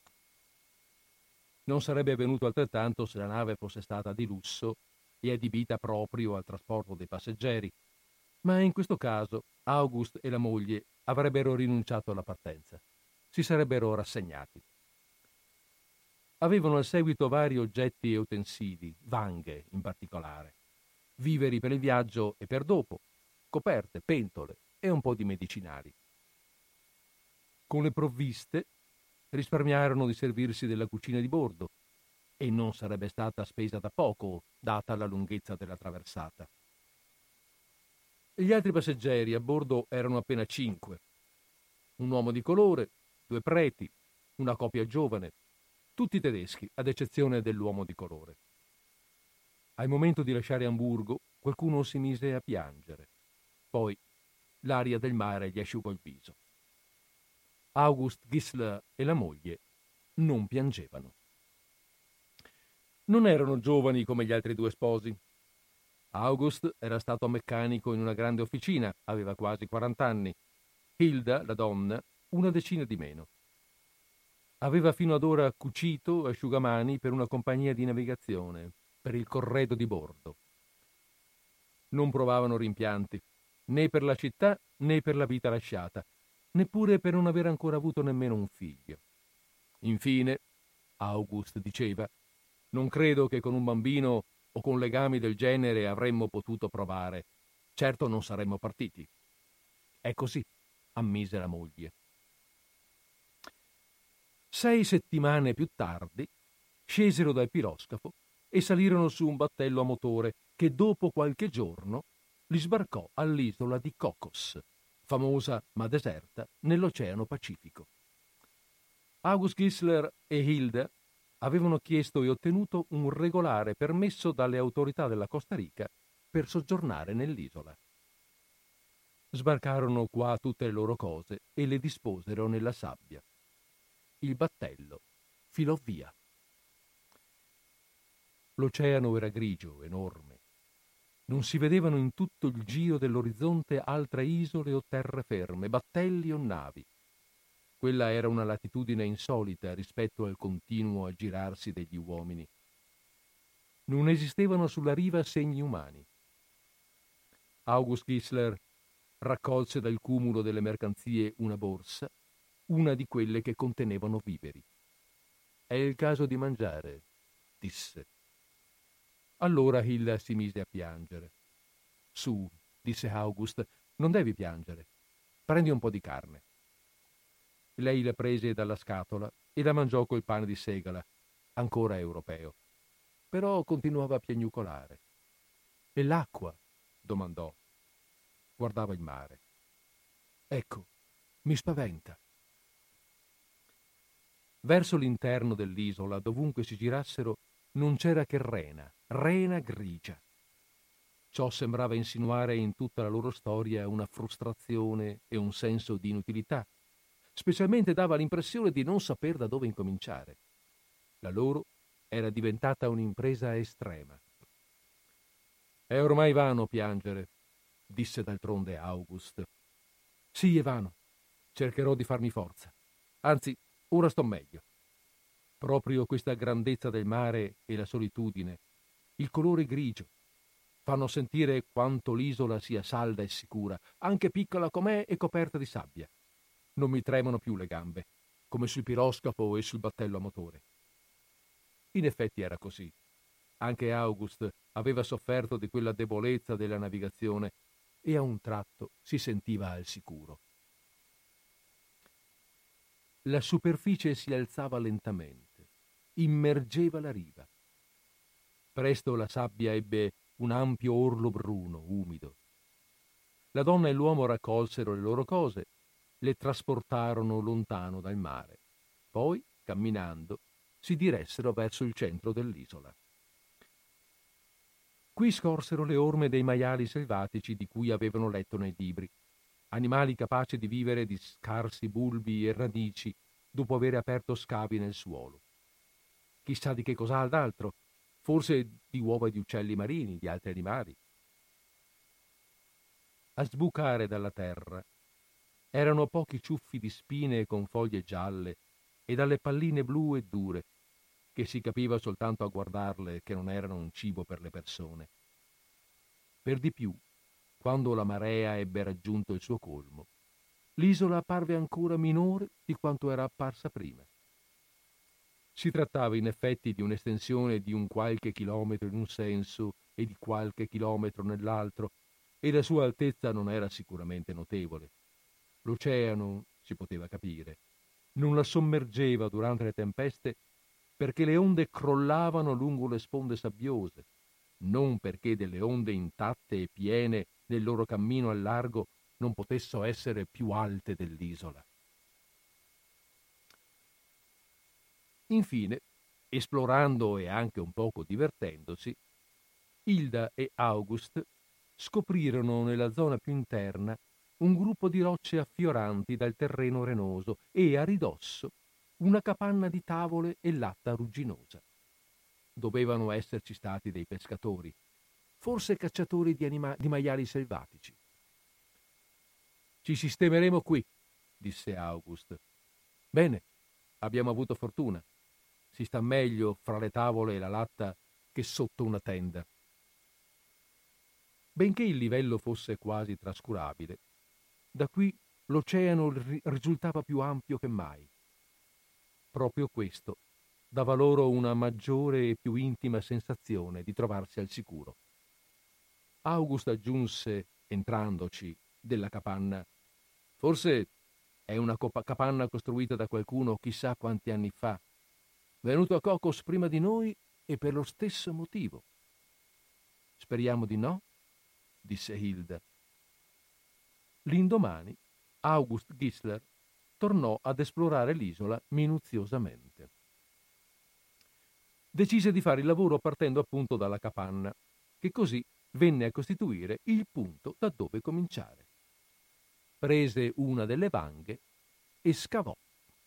Non sarebbe avvenuto altrettanto se la nave fosse stata di lusso e adibita proprio al trasporto dei passeggeri, ma in questo caso August e la moglie avrebbero rinunciato alla partenza. Si sarebbero rassegnati. Avevano al seguito vari oggetti e utensili, vanghe in particolare, viveri per il viaggio e per dopo, coperte, pentole e un po' di medicinali. Con le provviste risparmiarono di servirsi della cucina di bordo, e non sarebbe stata spesa da poco, data la lunghezza della traversata. Gli altri passeggeri a bordo erano appena 5. Un uomo di colore, 2 preti, una coppia giovane, tutti tedeschi, ad eccezione dell'uomo di colore. Al momento di lasciare Amburgo, qualcuno si mise a piangere. Poi l'aria del mare gli asciugò il viso. August Gisler e la moglie non piangevano. Non erano giovani come gli altri 2 sposi. August era stato meccanico in una grande officina, aveva quasi 40 anni. Hilda, la donna, una decina di meno. Aveva fino ad ora cucito asciugamani per una compagnia di navigazione, per il corredo di bordo. Non provavano rimpianti, né per la città né per la vita lasciata, neppure per non aver ancora avuto nemmeno un figlio. Infine, August diceva, non credo che con un bambino o con legami del genere avremmo potuto provare. Certo non saremmo partiti. È così, ammise la moglie. 6 settimane più tardi scesero dal piroscafo e salirono su un battello a motore che dopo qualche giorno li sbarcò all'isola di Cocos, famosa ma deserta nell'Oceano Pacifico. August Gisler e Hilda avevano chiesto e ottenuto un regolare permesso dalle autorità della Costa Rica per soggiornare nell'isola. Sbarcarono qua tutte le loro cose e le disposero nella sabbia. Il battello filò via. L'oceano era grigio, enorme. Non si vedevano in tutto il giro dell'orizzonte altre isole o terraferme, battelli o navi. Quella era una latitudine insolita rispetto al continuo aggirarsi degli uomini. Non esistevano sulla riva segni umani. August Gisler raccolse dal cumulo delle mercanzie una borsa, una di quelle che contenevano viveri. «È il caso di mangiare», disse. Allora Hilda si mise a piangere. «Su», disse August, «non devi piangere. Prendi un po' di carne». Lei la prese dalla scatola e la mangiò col pane di segala, ancora europeo. Però continuava a piagnucolare. «E l'acqua?» domandò. Guardava il mare. «Ecco, mi spaventa». Verso l'interno dell'isola, dovunque si girassero, non c'era che rena grigia. Ciò sembrava insinuare in tutta la loro storia una frustrazione e un senso di inutilità. Specialmente dava l'impressione di non saper da dove incominciare. La loro era diventata un'impresa estrema. «È ormai vano piangere», disse d'altronde August. «Sì, è vano. Cercherò di farmi forza. Anzi, ora sto meglio. Proprio questa grandezza del mare e la solitudine, il colore grigio, fanno sentire quanto l'isola sia salda e sicura, anche piccola com'è e coperta di sabbia. Non mi tremano più le gambe, come sul piroscafo e sul battello a motore». In effetti era così. Anche August aveva sofferto di quella debolezza della navigazione e a un tratto si sentiva al sicuro. La superficie si alzava lentamente, immergeva la riva. Presto la sabbia ebbe un ampio orlo bruno, umido. La donna e l'uomo raccolsero le loro cose, le trasportarono lontano dal mare. Poi, camminando, si diressero verso il centro dell'isola. Qui scorsero le orme dei maiali selvatici di cui avevano letto nei libri, animali capaci di vivere di scarsi bulbi e radici dopo aver aperto scavi nel suolo. Chissà di che cos'altro, forse di uova di uccelli marini, di altri animali. A sbucare dalla terra erano pochi ciuffi di spine con foglie gialle e dalle palline blu e dure, che si capiva soltanto a guardarle che non erano un cibo per le persone. Per di più, quando la marea ebbe raggiunto il suo colmo, l'isola apparve ancora minore di quanto era apparsa prima. Si trattava in effetti di un'estensione di un qualche chilometro in un senso e di qualche chilometro nell'altro, e la sua altezza non era sicuramente notevole. L'oceano, si poteva capire, non la sommergeva durante le tempeste perché le onde crollavano lungo le sponde sabbiose, non perché delle onde intatte e piene nel loro cammino al largo non potessero essere più alte dell'isola. Infine, esplorando e anche un poco divertendosi, Hilda e August scoprirono nella zona più interna un gruppo di rocce affioranti dal terreno renoso e a ridosso una capanna di tavole e latta rugginosa. Dovevano esserci stati dei pescatori, forse cacciatori di maiali selvatici. Ci sistemeremo qui, disse August. Bene, abbiamo avuto fortuna. Si sta meglio fra le tavole e la latta che sotto una tenda. Benché il livello fosse quasi trascurabile, da qui l'oceano risultava più ampio che mai. Proprio questo dava loro una maggiore e più intima sensazione di trovarsi al sicuro. August aggiunse, entrandoci, della capanna: forse è una capanna costruita da qualcuno chissà quanti anni fa, venuto a Cocos prima di noi e per lo stesso motivo. Speriamo di no, disse Hilda. L'indomani August Gisler tornò ad esplorare l'isola minuziosamente. Decise di fare il lavoro partendo appunto dalla capanna, che così venne a costituire il punto da dove cominciare. Prese una delle vanghe e scavò.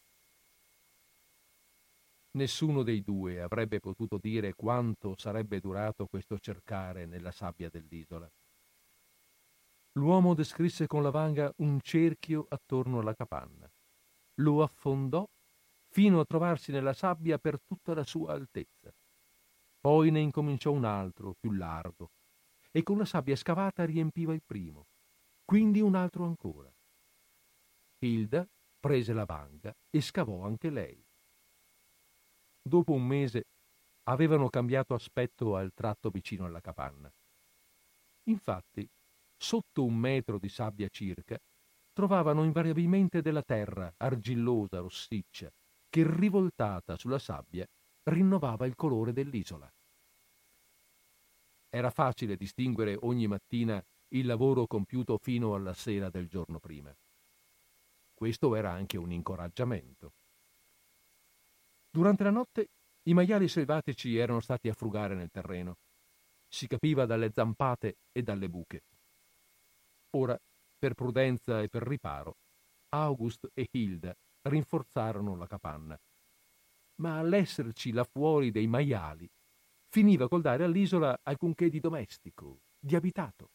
Nessuno dei due avrebbe potuto dire quanto sarebbe durato questo cercare nella sabbia dell'isola. L'uomo descrisse con la vanga un cerchio attorno alla capanna. Lo affondò fino a trovarsi nella sabbia per tutta la sua altezza. Poi ne incominciò un altro, più largo, e con la sabbia scavata riempiva il primo, quindi un altro ancora. Hilda prese la vanga e scavò anche lei. Dopo un mese avevano cambiato aspetto al tratto vicino alla capanna. Infatti, sotto 1 metro di sabbia circa, trovavano invariabilmente della terra argillosa, rossiccia, che rivoltata sulla sabbia rinnovava il colore dell'isola. Era facile distinguere ogni mattina il lavoro compiuto fino alla sera del giorno prima. Questo era anche un incoraggiamento. Durante la notte i maiali selvatici erano stati a frugare nel terreno. Si capiva dalle zampate e dalle buche. Ora, per prudenza e per riparo, August e Hilda rinforzarono la capanna. Ma all'esserci là fuori dei maiali, finiva col dare all'isola alcunché di domestico, di abitato.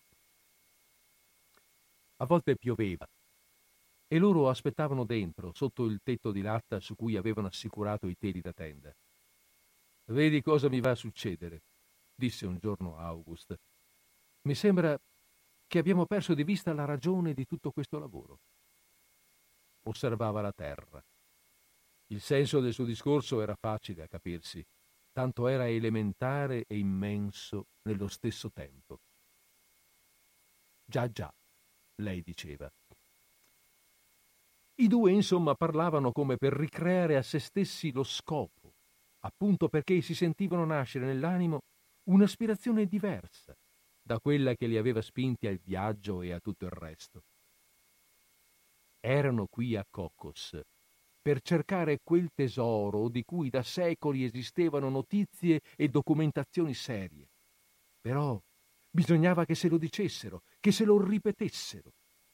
A volte pioveva e loro aspettavano dentro, sotto il tetto di latta su cui avevano assicurato i teli da tenda. «Vedi cosa mi va a succedere», disse un giorno August. «Mi sembra che abbiamo perso di vista la ragione di tutto questo lavoro». Osservava la terra. Il senso del suo discorso era facile a capirsi, tanto era elementare e immenso nello stesso tempo. «Già, già», lei diceva. I due, insomma, parlavano come per ricreare a se stessi lo scopo, appunto perché si sentivano nascere nell'animo un'aspirazione diversa da quella che li aveva spinti al viaggio e a tutto il resto. Erano qui a Cocos per cercare quel tesoro di cui da secoli esistevano notizie e documentazioni serie. Però bisognava che se lo dicessero, che se lo ripetessero.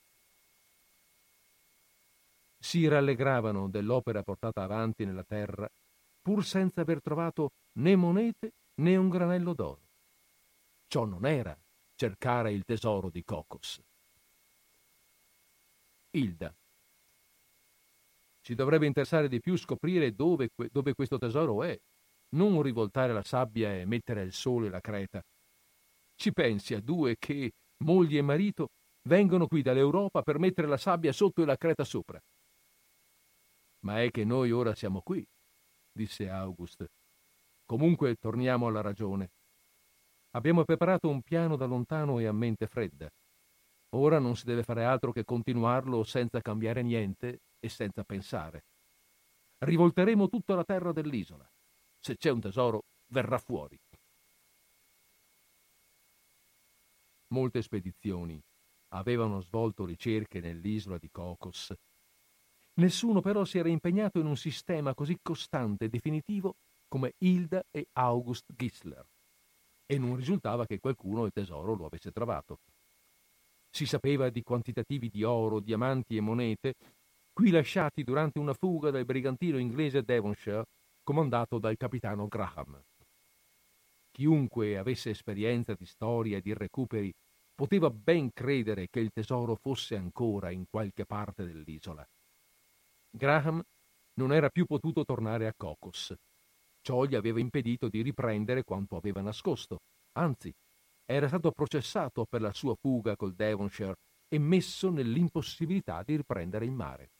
Si rallegravano dell'opera portata avanti nella terra, pur senza aver trovato né monete né un granello d'oro. Ciò non era cercare il tesoro di Cocos. Hilda: ci dovrebbe interessare di più scoprire dove questo tesoro è, non rivoltare la sabbia e mettere al sole la creta. Ci pensi a due che, moglie e marito, vengono qui dall'Europa per mettere la sabbia sotto e la creta sopra. Ma è che noi ora siamo qui, disse August. Comunque torniamo alla ragione. Abbiamo preparato un piano da lontano e a mente fredda. Ora non si deve fare altro che continuarlo senza cambiare niente e senza pensare. Rivolteremo tutta la terra dell'isola. Se c'è un tesoro, verrà fuori. Molte spedizioni avevano svolto ricerche nell'isola di Cocos, Nessuno però si era impegnato in un sistema così costante e definitivo come Hilda e August Gisler, e non risultava che qualcuno il tesoro lo avesse trovato. Si sapeva di quantitativi di oro, diamanti e monete qui lasciati durante una fuga del brigantino inglese Devonshire comandato dal capitano Graham. Chiunque avesse esperienza di storia e di recuperi poteva ben credere che il tesoro fosse ancora in qualche parte dell'isola. Graham non era più potuto tornare a Cocos. Ciò gli aveva impedito di riprendere quanto aveva nascosto. Anzi, era stato processato per la sua fuga col Devonshire e messo nell'impossibilità di riprendere il mare.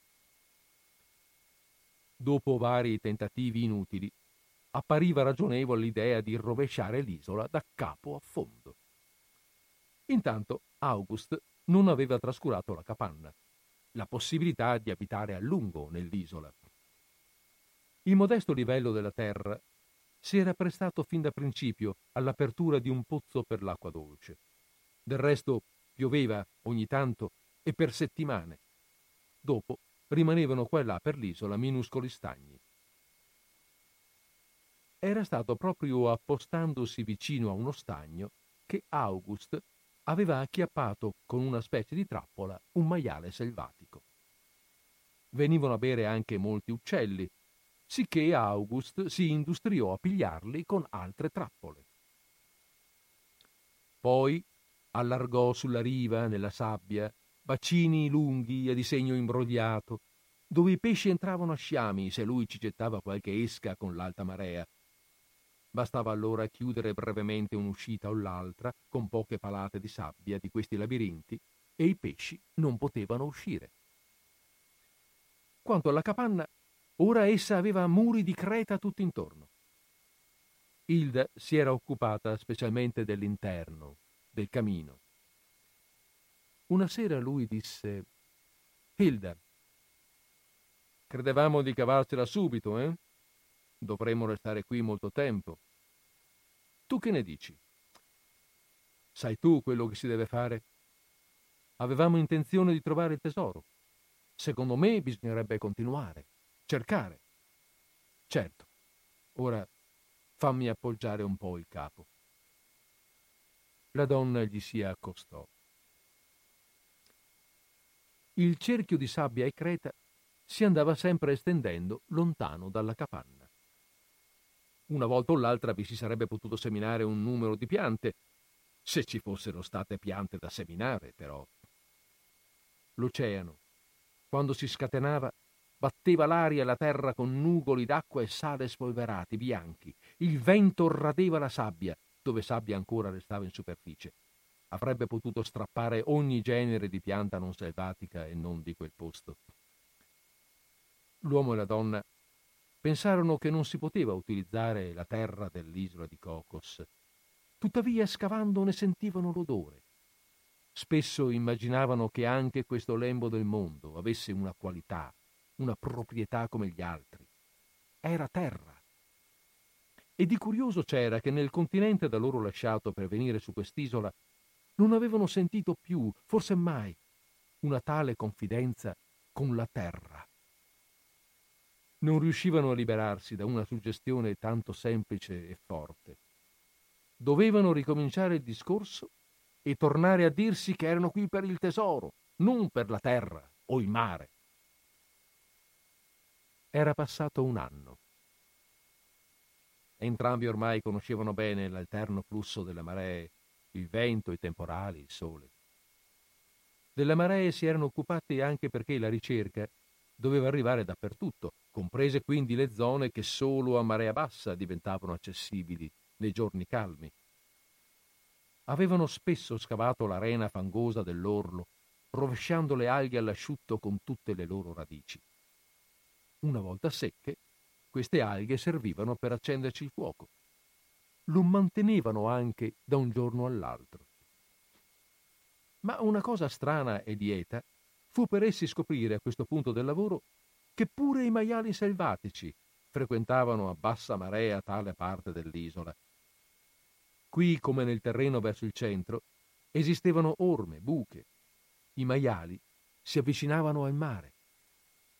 Dopo vari tentativi inutili, appariva ragionevole l'idea di rovesciare l'isola da capo a fondo. Intanto August non aveva trascurato la capanna, la possibilità di abitare a lungo nell'isola. Il modesto livello della terra si era prestato fin da principio all'apertura di un pozzo per l'acqua dolce. Del resto pioveva ogni tanto e per settimane. Dopo rimanevano qua e là per l'isola minuscoli stagni. Era stato proprio appostandosi vicino a uno stagno che August aveva acchiappato con una specie di trappola un maiale selvatico. Venivano a bere anche molti uccelli, sicché August si industriò a pigliarli con altre trappole. Poi allargò sulla riva, nella sabbia, bacini lunghi e di segno imbrogliato, dove i pesci entravano a sciami se lui ci gettava qualche esca con l'alta marea. Bastava allora chiudere brevemente un'uscita o l'altra con poche palate di sabbia di questi labirinti e i pesci non potevano uscire. Quanto alla capanna, ora essa aveva muri di creta tutto intorno. Hilda si era occupata specialmente dell'interno, del camino. Una sera lui disse: «Hilda, credevamo di cavarcela subito, eh? Dovremmo restare qui molto tempo. Tu che ne dici? Sai tu quello che si deve fare? Avevamo intenzione di trovare il tesoro. Secondo me bisognerebbe continuare, cercare. Certo, ora fammi appoggiare un po' il capo». La donna gli si accostò. Il cerchio di sabbia e creta si andava sempre estendendo lontano dalla capanna. Una volta o l'altra vi si sarebbe potuto seminare un numero di piante, se ci fossero state piante da seminare, però. L'oceano, quando si scatenava, batteva l'aria e la terra con nugoli d'acqua e sale spolverati, bianchi. Il vento radeva la sabbia, dove sabbia ancora restava in superficie. Avrebbe potuto strappare ogni genere di pianta non selvatica e non di quel posto. L'uomo e la donna pensarono che non si poteva utilizzare la terra dell'isola di Cocos. Tuttavia, scavando, ne sentivano l'odore. Spesso immaginavano che anche questo lembo del mondo avesse una qualità, una proprietà come gli altri. Era terra. E di curioso c'era che nel continente da loro lasciato per venire su quest'isola non avevano sentito più, forse mai, una tale confidenza con la terra. Non riuscivano a liberarsi da una suggestione tanto semplice e forte. Dovevano ricominciare il discorso e tornare a dirsi che erano qui per il tesoro, non per la terra o il mare. Era passato un anno. Entrambi ormai conoscevano bene l'alterno flusso delle maree, il vento, i temporali, il sole. Delle maree si erano occupati anche perché la ricerca doveva arrivare dappertutto, comprese quindi le zone che solo a marea bassa diventavano accessibili nei giorni calmi. Avevano spesso scavato l'arena fangosa dell'orlo, rovesciando le alghe all'asciutto con tutte le loro radici. Una volta secche, queste alghe servivano per accenderci il fuoco. Lo mantenevano anche da un giorno all'altro. Ma una cosa strana e lieta fu per essi scoprire a questo punto del lavoro che pure i maiali selvatici frequentavano a bassa marea tale parte dell'isola. Qui, come nel terreno verso il centro, esistevano orme, buche. I maiali si avvicinavano al mare.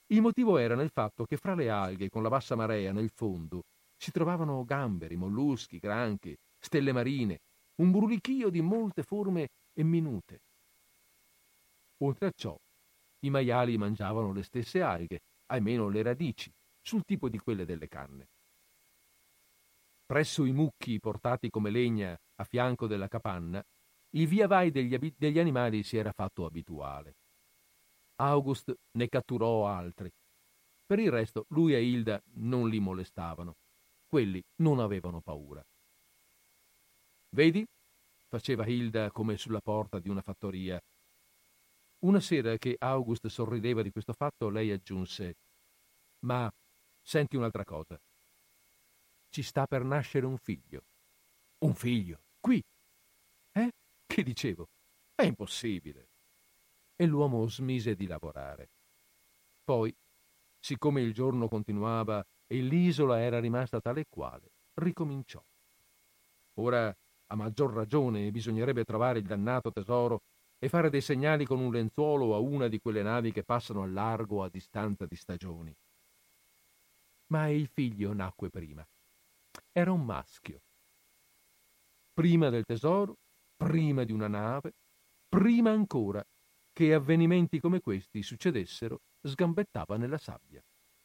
Il motivo era nel fatto che fra le alghe con la bassa marea nel fondo si trovavano gamberi, molluschi, granchi, stelle marine, un brulichio di molte forme e minute. Oltre a ciò, i maiali mangiavano le stesse alghe, almeno le radici, sul tipo di quelle delle canne. Presso i mucchi portati come legna a fianco della capanna, il via vai degli animali si era fatto abituale. August ne catturò altri. Per il resto lui e Hilda non li molestavano. Quelli non avevano paura. «Vedi?» faceva Hilda come sulla porta di una fattoria. Una sera che August sorrideva di questo fatto, lei aggiunse: «Ma senti un'altra cosa. Ci sta per nascere un figlio». «Un figlio? Qui?» «Eh? Che dicevo? È impossibile». E l'uomo smise di lavorare. Poi, siccome il giorno continuava e l'isola era rimasta tale e quale, ricominciò. Ora, a maggior ragione, bisognerebbe trovare il dannato tesoro e fare dei segnali con un lenzuolo a una di quelle navi che passano al largo a distanza di stagioni. Ma il figlio nacque prima. Era un maschio. Prima del tesoro, prima di una nave, prima ancora che avvenimenti come questi succedessero, sgambettava nella sabbia.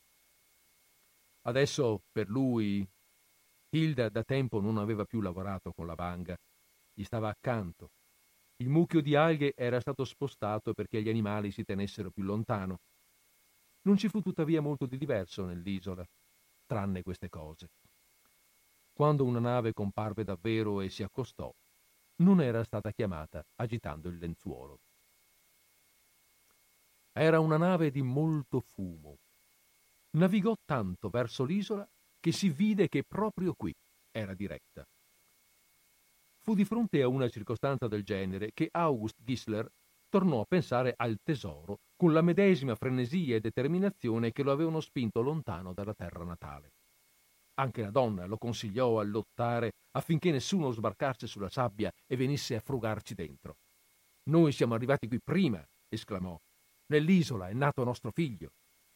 Adesso, per lui, Hilda da tempo non aveva più lavorato con la vanga. Gli stava accanto. Il mucchio di alghe era stato spostato perché gli animali si tenessero più lontano. Non ci fu tuttavia molto di diverso nell'isola, tranne queste cose. Quando una nave comparve davvero e si accostò, non era stata chiamata agitando il lenzuolo. Era una nave di molto fumo. Navigò tanto verso l'isola che si vide che proprio qui era diretta. Fu di fronte a una circostanza del genere che August Gisler tornò a pensare al tesoro con la medesima frenesia e determinazione che lo avevano spinto lontano dalla terra natale. Anche la donna lo consigliò a lottare affinché nessuno sbarcasse sulla sabbia e venisse a frugarci dentro. «Noi siamo arrivati qui prima», esclamò. «Nell'isola è nato nostro figlio».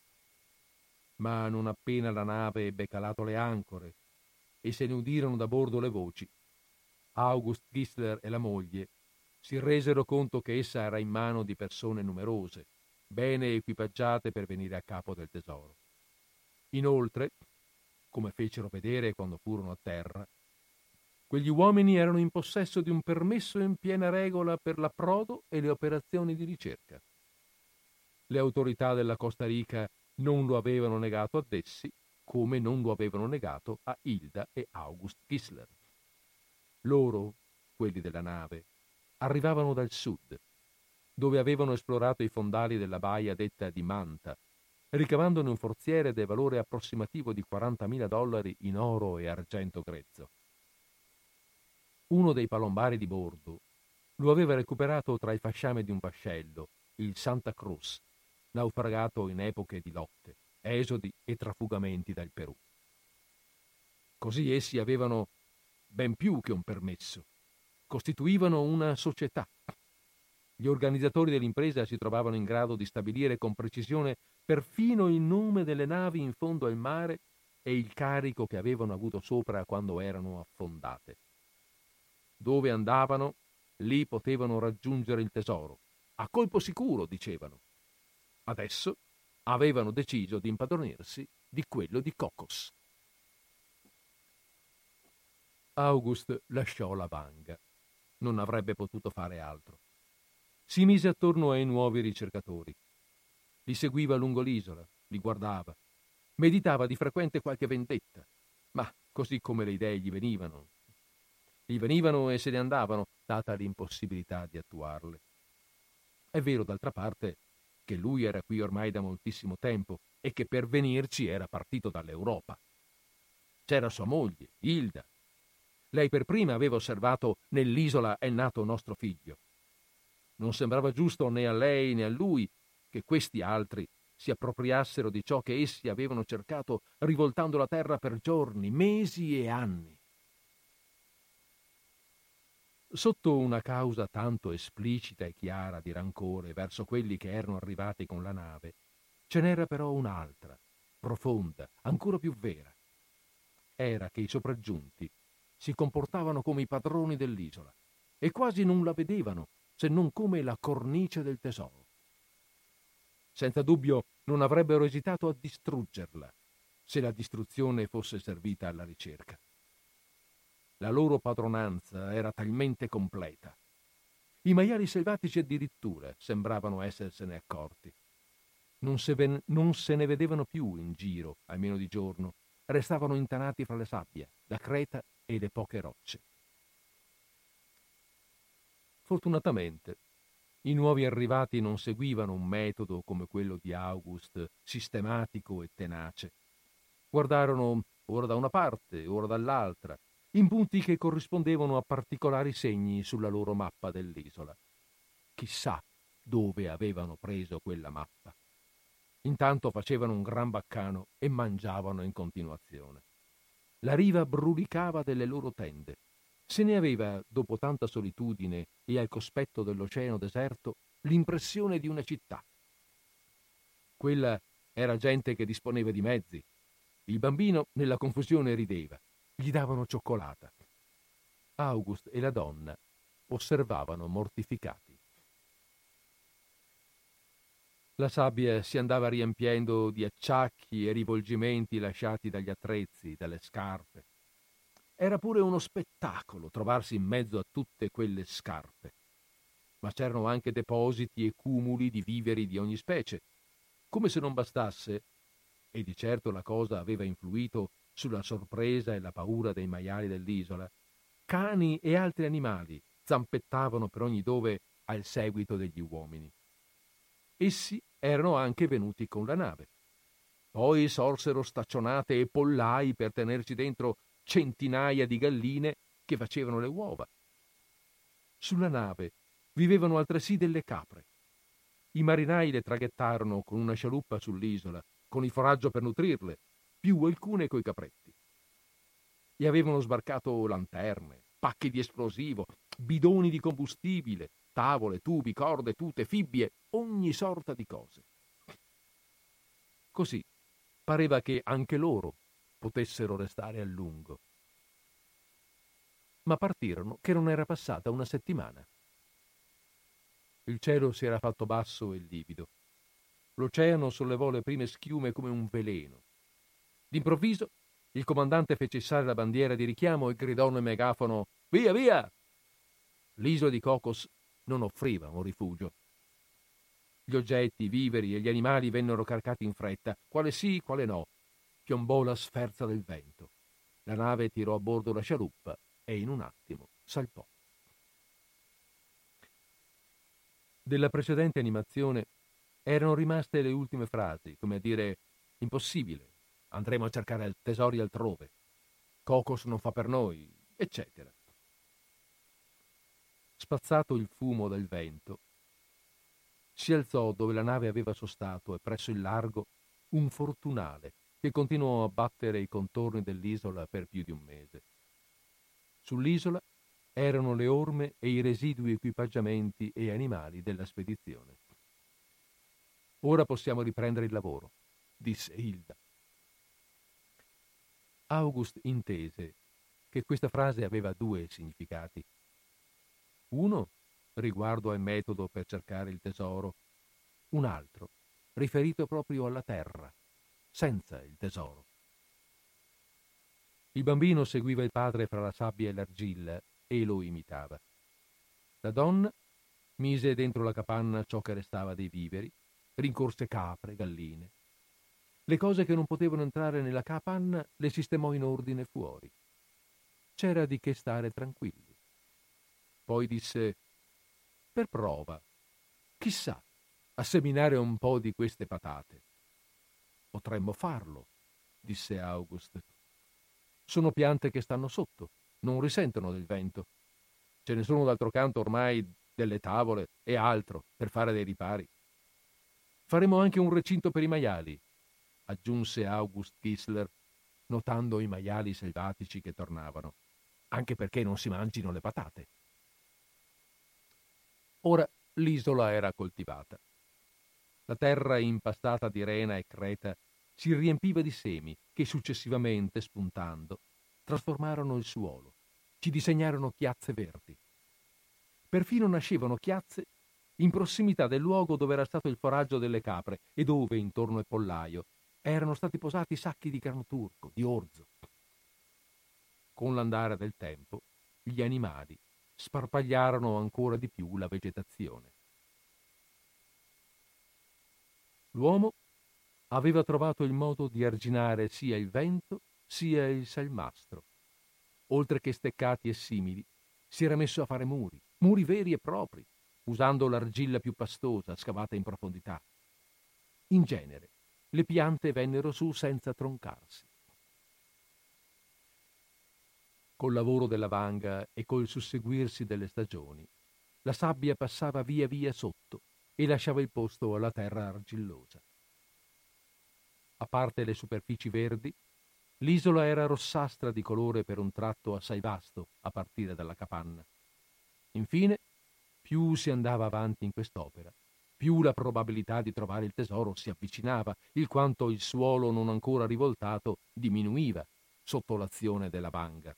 Ma non appena la nave ebbe calato le ancore e se ne udirono da bordo le voci, August Gisler e la moglie si resero conto che essa era in mano di persone numerose, bene equipaggiate per venire a capo del tesoro. Inoltre, come fecero vedere quando furono a terra, quegli uomini erano in possesso di un permesso in piena regola per l'approdo e le operazioni di ricerca. Le autorità della Costa Rica non lo avevano negato ad essi, come non lo avevano negato a Hilda e August Gisler. Loro, quelli della nave, arrivavano dal sud, dove avevano esplorato i fondali della baia detta di Manta, ricavandone un forziere del valore approssimativo di $40.000 in oro e argento grezzo. Uno dei palombari di bordo lo aveva recuperato tra i fasciami di un vascello, il Santa Cruz, naufragato in epoche di lotte, esodi e trafugamenti dal Perù. Così essi avevano ben più che un permesso. Costituivano una società. Gli organizzatori dell'impresa si trovavano in grado di stabilire con precisione perfino il nome delle navi in fondo al mare e il carico che avevano avuto sopra quando erano affondate. Dove andavano, lì potevano raggiungere il tesoro. A colpo sicuro, dicevano. Adesso avevano deciso di impadronirsi di quello di Cocos. August lasciò la vanga. Non avrebbe potuto fare altro. Si mise attorno ai nuovi ricercatori. Li seguiva lungo l'isola, li guardava. Meditava di frequente qualche vendetta, ma così come le idee gli venivano e se ne andavano, data l'impossibilità di attuarle. È vero, d'altra parte, che lui era qui ormai da moltissimo tempo e che per venirci era partito dall'Europa. C'era sua moglie, Hilda. Lei per prima aveva osservato: nell'isola è nato nostro figlio. Non sembrava giusto né a lei né a lui che questi altri si appropriassero di ciò che essi avevano cercato rivoltando la terra per giorni, mesi e anni. Sotto una causa tanto esplicita e chiara di rancore verso quelli che erano arrivati con la nave, Ce n'era però un'altra, profonda, ancora più vera. Era che i sopraggiunti si comportavano come i padroni dell'isola e quasi non la vedevano se non come la cornice del tesoro. Senza dubbio non avrebbero esitato a distruggerla se la distruzione fosse servita alla ricerca. La loro padronanza era talmente completa. I maiali selvatici addirittura sembravano essersene accorti. Non se ne vedevano più in giro, almeno di giorno. Restavano intanati fra le sabbie, la creta e le poche rocce. Fortunatamente, i nuovi arrivati non seguivano un metodo come quello di August, sistematico e tenace. Guardarono ora da una parte, ora dall'altra, in punti che corrispondevano a particolari segni sulla loro mappa dell'isola. Chissà dove avevano preso quella mappa. Intanto facevano un gran baccano e mangiavano in continuazione. La riva brulicava delle loro tende. Se ne aveva, dopo tanta solitudine e al cospetto dell'oceano deserto, l'impressione di una città. Quella era gente che disponeva di mezzi. Il bambino, nella confusione, rideva. Gli davano cioccolata. August e la donna osservavano mortificati. La sabbia si andava riempiendo di acciacchi e rivolgimenti lasciati dagli attrezzi, dalle scarpe. Era pure uno spettacolo trovarsi in mezzo a tutte quelle scarpe. Ma c'erano anche depositi e cumuli di viveri di ogni specie. Come se non bastasse, e di certo la cosa aveva influito sulla sorpresa e la paura dei maiali dell'isola, cani e altri animali zampettavano per ogni dove al seguito degli uomini. Essi erano anche venuti con la nave. Poi sorsero staccionate e pollai per tenerci dentro centinaia di galline che facevano le uova. Sulla nave vivevano altresì delle capre. I marinai le traghettarono con una scialuppa sull'isola, con il foraggio per nutrirle, più alcune coi capretti. Gli avevano sbarcato lanterne, pacchi di esplosivo, bidoni di combustibile, tavole, tubi, corde, tute, fibbie, ogni sorta di cose. Così pareva che anche loro potessero restare a lungo. Ma partirono che non era passata una settimana. Il cielo si era fatto basso e livido. L'oceano sollevò le prime schiume come un veleno. D'improvviso il comandante fece issare la bandiera di richiamo e gridò nel megafono: «Via, via!» L'isola di Cocos non offriva un rifugio. Gli oggetti, i viveri e gli animali vennero caricati in fretta, quale sì, quale no. Piombò la sferza del vento. La nave tirò a bordo la scialuppa e in un attimo salpò. Della precedente animazione erano rimaste le ultime frasi, come a dire: impossibile, andremo a cercare tesori altrove, Cocos non fa per noi, eccetera. Spazzato il fumo del vento, si alzò dove la nave aveva sostato e presso il largo un fortunale che continuò a battere i contorni dell'isola per più di un mese. Sull'isola erano le orme e i residui equipaggiamenti e animali della spedizione. «Ora possiamo riprendere il lavoro», disse Hilda. August intese che questa frase aveva due significati. Uno riguardo al metodo per cercare il tesoro, un altro riferito proprio alla terra, senza il tesoro. Il bambino seguiva il padre fra la sabbia e l'argilla e lo imitava. La donna mise dentro la capanna ciò che restava dei viveri, rincorse capre, galline. Le cose che non potevano entrare nella capanna le sistemò in ordine fuori. C'era di che stare tranquilli. Poi disse: «Per prova, chissà, a seminare un po' di queste patate». «Potremmo farlo», disse August. «Sono piante che stanno sotto, non risentono del vento. Ce ne sono d'altro canto ormai delle tavole e altro per fare dei ripari. Faremo anche un recinto per i maiali», aggiunse August Kissler, notando i maiali selvatici che tornavano, «anche perché non si mangino le patate». Ora l'isola era coltivata. La terra impastata di rena e creta si riempiva di semi che successivamente, spuntando, trasformarono il suolo, ci disegnarono chiazze verdi. Perfino nascevano chiazze in prossimità del luogo dove era stato il foraggio delle capre e dove, intorno al pollaio, erano stati posati sacchi di grano turco, di orzo. Con l'andare del tempo, gli animali sparpagliarono ancora di più la vegetazione. L'uomo aveva trovato il modo di arginare sia il vento sia il salmastro. Oltre che steccati e simili, si era messo a fare muri veri e propri, usando l'argilla più pastosa scavata in profondità. In genere, le piante vennero su senza troncarsi. Col lavoro della vanga e col susseguirsi delle stagioni, la sabbia passava via via sotto e lasciava il posto alla terra argillosa. A parte le superfici verdi, l'isola era rossastra di colore per un tratto assai vasto a partire dalla capanna. Infine, più si andava avanti in quest'opera, più la probabilità di trovare il tesoro si avvicinava, il quanto il suolo non ancora rivoltato diminuiva sotto l'azione della vanga.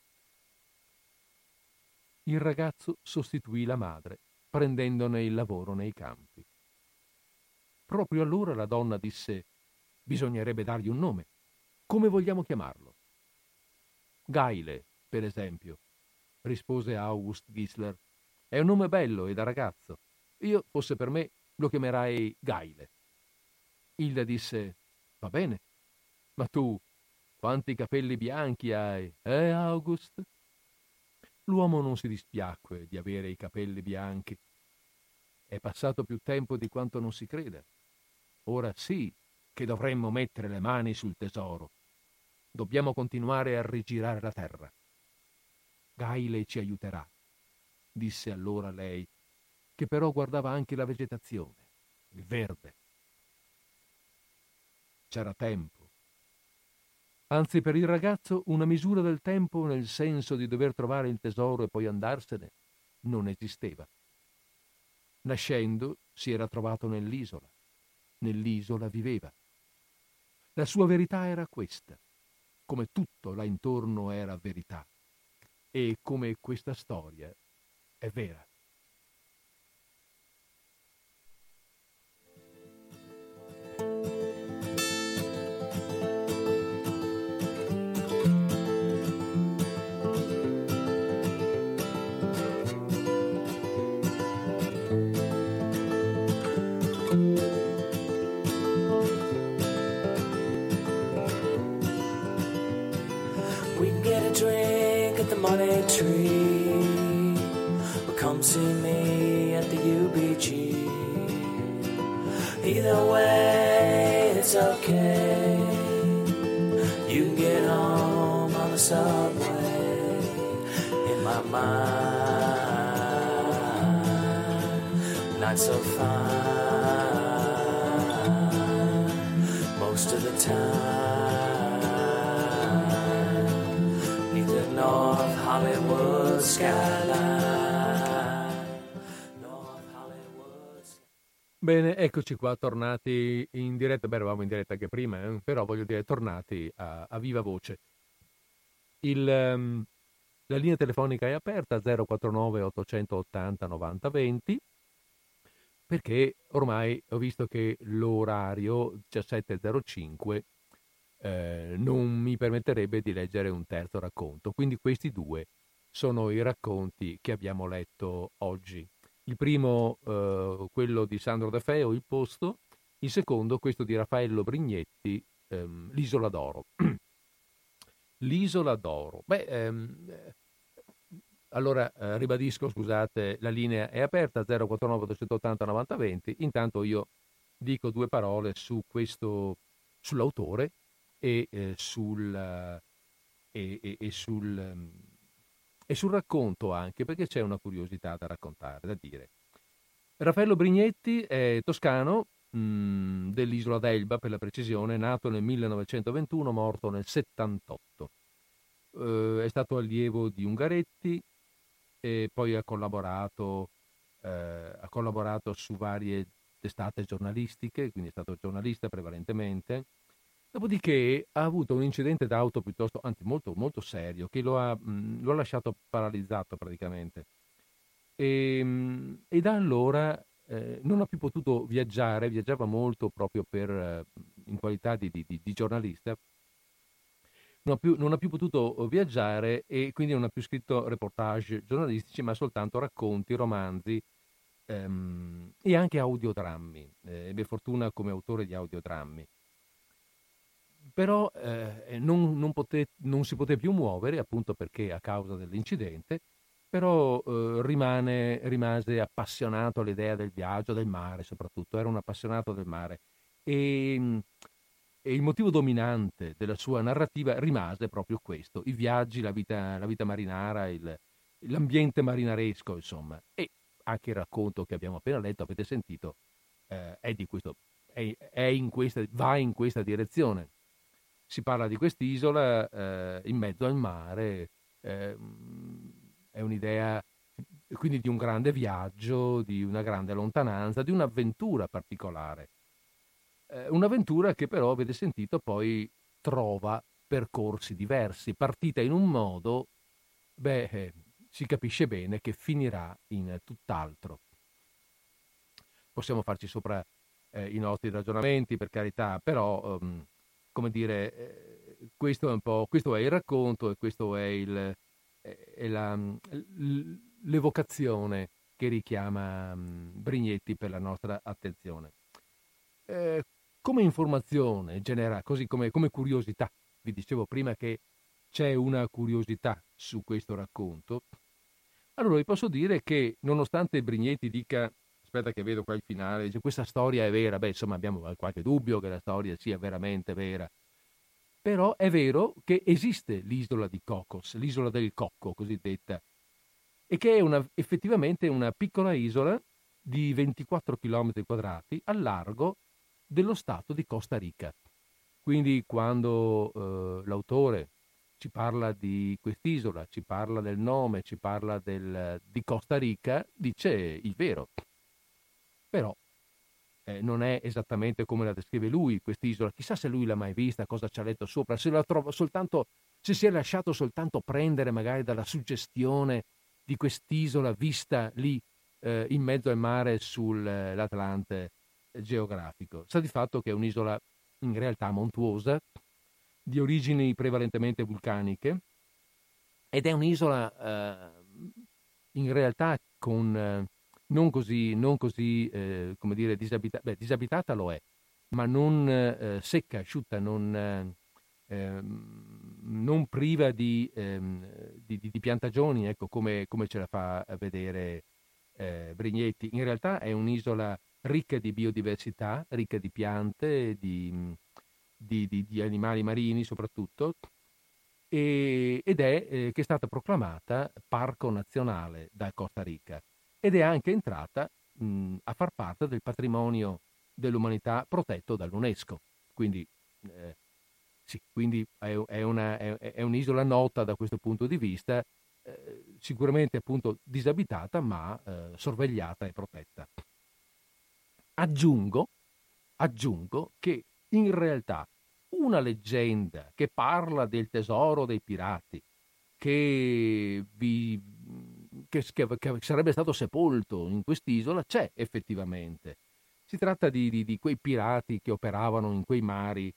Il ragazzo sostituì la madre, prendendone il lavoro nei campi. Proprio allora la donna disse: bisognerebbe dargli un nome. Come vogliamo chiamarlo? Gaile, per esempio, rispose August Gisler. È un nome bello e da ragazzo. Io, fosse per me, lo chiamerai Gaile. Hilda disse: va bene, ma tu quanti capelli bianchi hai, August? L'uomo non si dispiacque di avere i capelli bianchi. È passato più tempo di quanto non si creda. Ora sì che dovremmo mettere le mani sul tesoro. Dobbiamo continuare a rigirare la terra. Gaile ci aiuterà, disse allora lei, che però guardava anche la vegetazione, il verde. C'era tempo. Anzi, per il ragazzo una misura del tempo nel senso di dover trovare il tesoro e poi andarsene non esisteva. Nascendo si era trovato nell'isola. Nell'isola viveva. La sua verità era questa, come tutto là intorno era verità, e come questa storia è vera. Money tree, or come see me at the UBG. Either way, it's okay. You can get home on the subway. In my mind, not so fine most of the time. North Hollywood skyline. North Hollywood. Bene, eccoci qua, tornati in diretta. Beh, eravamo in diretta anche prima, però voglio dire, tornati a viva voce. La linea telefonica è aperta, 049 880 90 20, perché ormai ho visto che l'orario 17.05 non mi permetterebbe di leggere un terzo racconto. Quindi questi due sono i racconti che abbiamo letto oggi. Il primo, quello di Sandro De Feo, Il posto. Il secondo, questo di Raffaello Brignetti, L'Isola d'Oro. L'Isola d'Oro. Allora, ribadisco, scusate, la linea è aperta, 049 880 90 20. Intanto io dico due parole su questo, sull'autore e sul racconto anche, perché c'è una curiosità da raccontare, da dire. Raffaello Brignetti è toscano, dell'isola d'Elba per la precisione, nato nel 1921, morto nel 78. È stato allievo di Ungaretti e poi ha collaborato su varie testate giornalistiche, quindi è stato giornalista prevalentemente. Dopodiché ha avuto un incidente d'auto piuttosto, anzi molto, molto serio, che lo ha lasciato paralizzato praticamente. E da allora non ha più potuto viaggiare, viaggiava molto proprio in qualità di giornalista, non ha più potuto viaggiare e quindi non ha più scritto reportage giornalistici, ma soltanto racconti, romanzi e anche audiodrammi. Ebbe fortuna come autore di audiodrammi. Però non si poté più muovere, appunto perché a causa dell'incidente, però rimase appassionato all'idea del viaggio, del mare soprattutto, era un appassionato del mare. E il motivo dominante della sua narrativa rimase proprio questo, i viaggi, la vita marinara, l'ambiente marinaresco, insomma. E anche il racconto che abbiamo appena letto, avete sentito, è di questo, va in questa direzione. Si parla di quest'isola in mezzo al mare, è un'idea quindi di un grande viaggio, di una grande lontananza, di un'avventura particolare. Un'avventura che però, avete sentito, poi trova percorsi diversi. Partita in un modo, si capisce bene che finirà in tutt'altro. Possiamo farci sopra i nostri ragionamenti, per carità, però, come dire, questo è il racconto e questo è l'evocazione che richiama Brignetti per la nostra attenzione. Come informazione generale, così come curiosità, vi dicevo prima che c'è una curiosità su questo racconto, allora vi posso dire che nonostante Brignetti dica, aspetta che vedo qua il finale, dice questa storia è vera, insomma abbiamo qualche dubbio che la storia sia veramente vera, però è vero che esiste l'isola di Cocos, l'isola del Cocco cosiddetta, e che è effettivamente una piccola isola di 24 km quadrati al largo dello stato di Costa Rica. Quindi quando l'autore ci parla di quest'isola, ci parla del nome, ci parla di Costa Rica, dice il vero. Però non è esattamente come la descrive lui quest'isola. Chissà se lui l'ha mai vista, cosa ci ha letto sopra, se la trova soltanto, se si è lasciato soltanto prendere magari dalla suggestione di quest'isola vista lì in mezzo al mare sull'Atlante geografico. Sta di fatto che è un'isola in realtà montuosa, di origini prevalentemente vulcaniche, ed è un'isola in realtà con non così come dire disabitata. Disabitata lo è, ma non secca, asciutta, non priva di piantagioni, ecco, come ce la fa vedere Brignetti. In realtà è un'isola ricca di biodiversità, ricca di piante, di animali marini soprattutto, ed è che è stata proclamata parco nazionale da Costa Rica ed è anche entrata a far parte del patrimonio dell'umanità protetto dall'UNESCO. Quindi sì, quindi è un'isola nota da questo punto di vista, sicuramente appunto disabitata ma sorvegliata e protetta. Aggiungo che in realtà una leggenda che parla del tesoro dei pirati che sarebbe stato sepolto in quest'isola c'è effettivamente. Si tratta di quei pirati che operavano in quei mari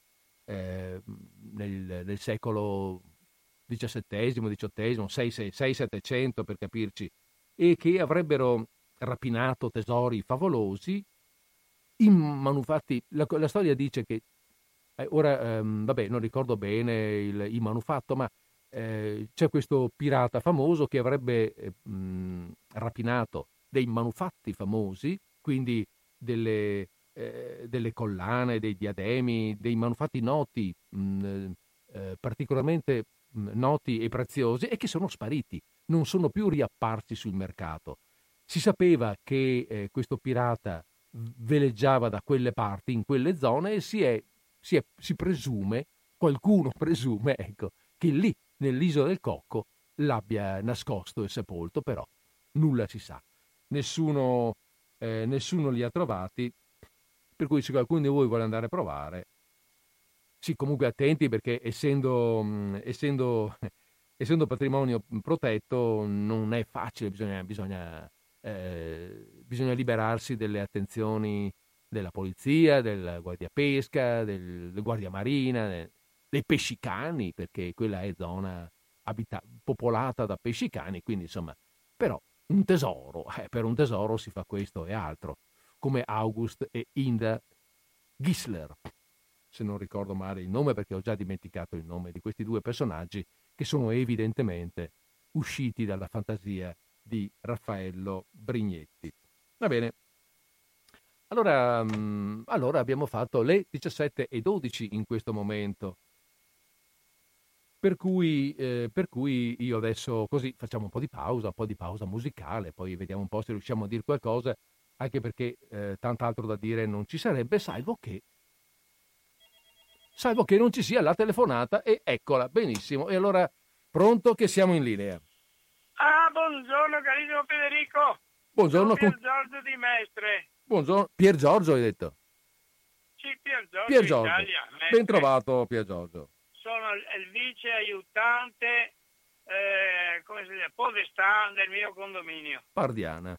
nel secolo XVII, XVIII, 600-700 per capirci, e che avrebbero rapinato tesori favolosi in manufatti. La storia dice che ora non ricordo bene il manufatto, ma c'è questo pirata famoso che avrebbe rapinato dei manufatti famosi, quindi delle collane, dei diademi, dei manufatti noti, particolarmente noti e preziosi, e che sono spariti, non sono più riapparsi sul mercato. Si sapeva che questo pirata veleggiava da quelle parti, in quelle zone, e si presume, qualcuno presume, ecco, che lì nell'isola del Cocco l'abbia nascosto e sepolto, però nulla si sa. Nessuno li ha trovati Per cui se qualcuno di voi vuole andare a provare, sì, comunque attenti, perché essendo patrimonio protetto non è facile, bisogna liberarsi delle attenzioni della polizia, del guardia pesca, del guardia marina, dei pescicani, perché quella è zona popolata da pescicani, quindi insomma, però un tesoro, per un tesoro si fa questo e altro, come August e Ida Gisler, se non ricordo male il nome, perché ho già dimenticato il nome di questi due personaggi che sono evidentemente usciti dalla fantasia di Raffaello Brignetti. Va bene. Allora abbiamo fatto le 17:12 in questo momento. Per cui io adesso così facciamo un po' di pausa musicale, poi vediamo un po' se riusciamo a dire qualcosa, anche perché tant'altro da dire non ci sarebbe, salvo che non ci sia la telefonata, e eccola, benissimo. E allora, pronto, che siamo in linea. Buongiorno carissimo Federico. Buongiorno. Pier Giorgio di Mestre. Buongiorno, Pier Giorgio hai detto? Sì, Pier Giorgio. Italia, ben trovato Pier Giorgio. Sono il vice aiutante, come si dice, podestà del mio condominio. Pardiana.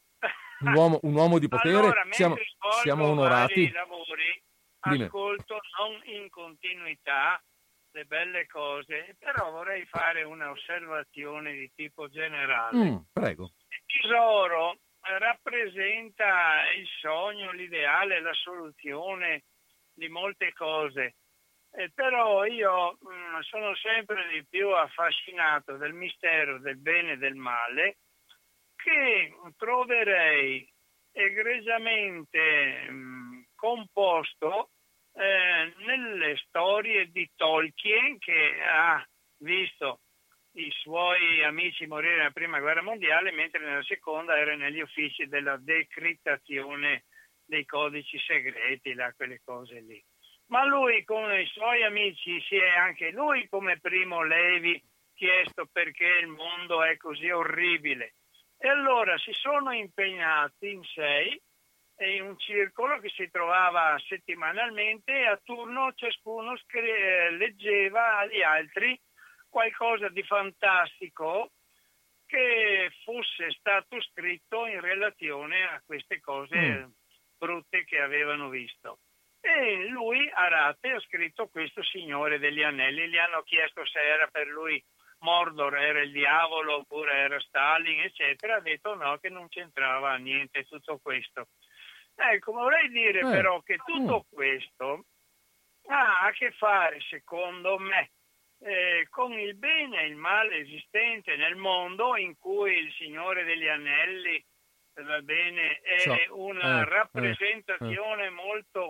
Un uomo di potere. Allora, siamo onorati. I lavori, ascolto non in continuità le belle cose, però vorrei fare un'osservazione di tipo generale. Prego. Il tesoro rappresenta il sogno, l'ideale, la soluzione di molte cose, però io sono sempre di più affascinato del mistero del bene e del male, che troverei egregiamente composto nelle storie di Tolkien, che ha visto i suoi amici morire nella prima guerra mondiale, mentre nella seconda era negli uffici della decrittazione dei codici segreti, quelle cose lì. Ma lui con i suoi amici si è anche lui, come Primo Levi, chiesto perché il mondo è così orribile, e allora si sono impegnati in 6 in un circolo che si trovava settimanalmente, e a turno ciascuno leggeva agli altri qualcosa di fantastico che fosse stato scritto in relazione a queste cose brutte che avevano visto. E lui, Arate, ha scritto questo Signore degli Anelli. Gli hanno chiesto se era per lui Mordor era il diavolo oppure era Stalin, eccetera. Ha detto no, che non c'entrava niente tutto questo. Ecco, vorrei dire però che tutto questo ha a che fare, secondo me, con il bene e il male esistente nel mondo, in cui il Signore degli Anelli, va bene, è una rappresentazione molto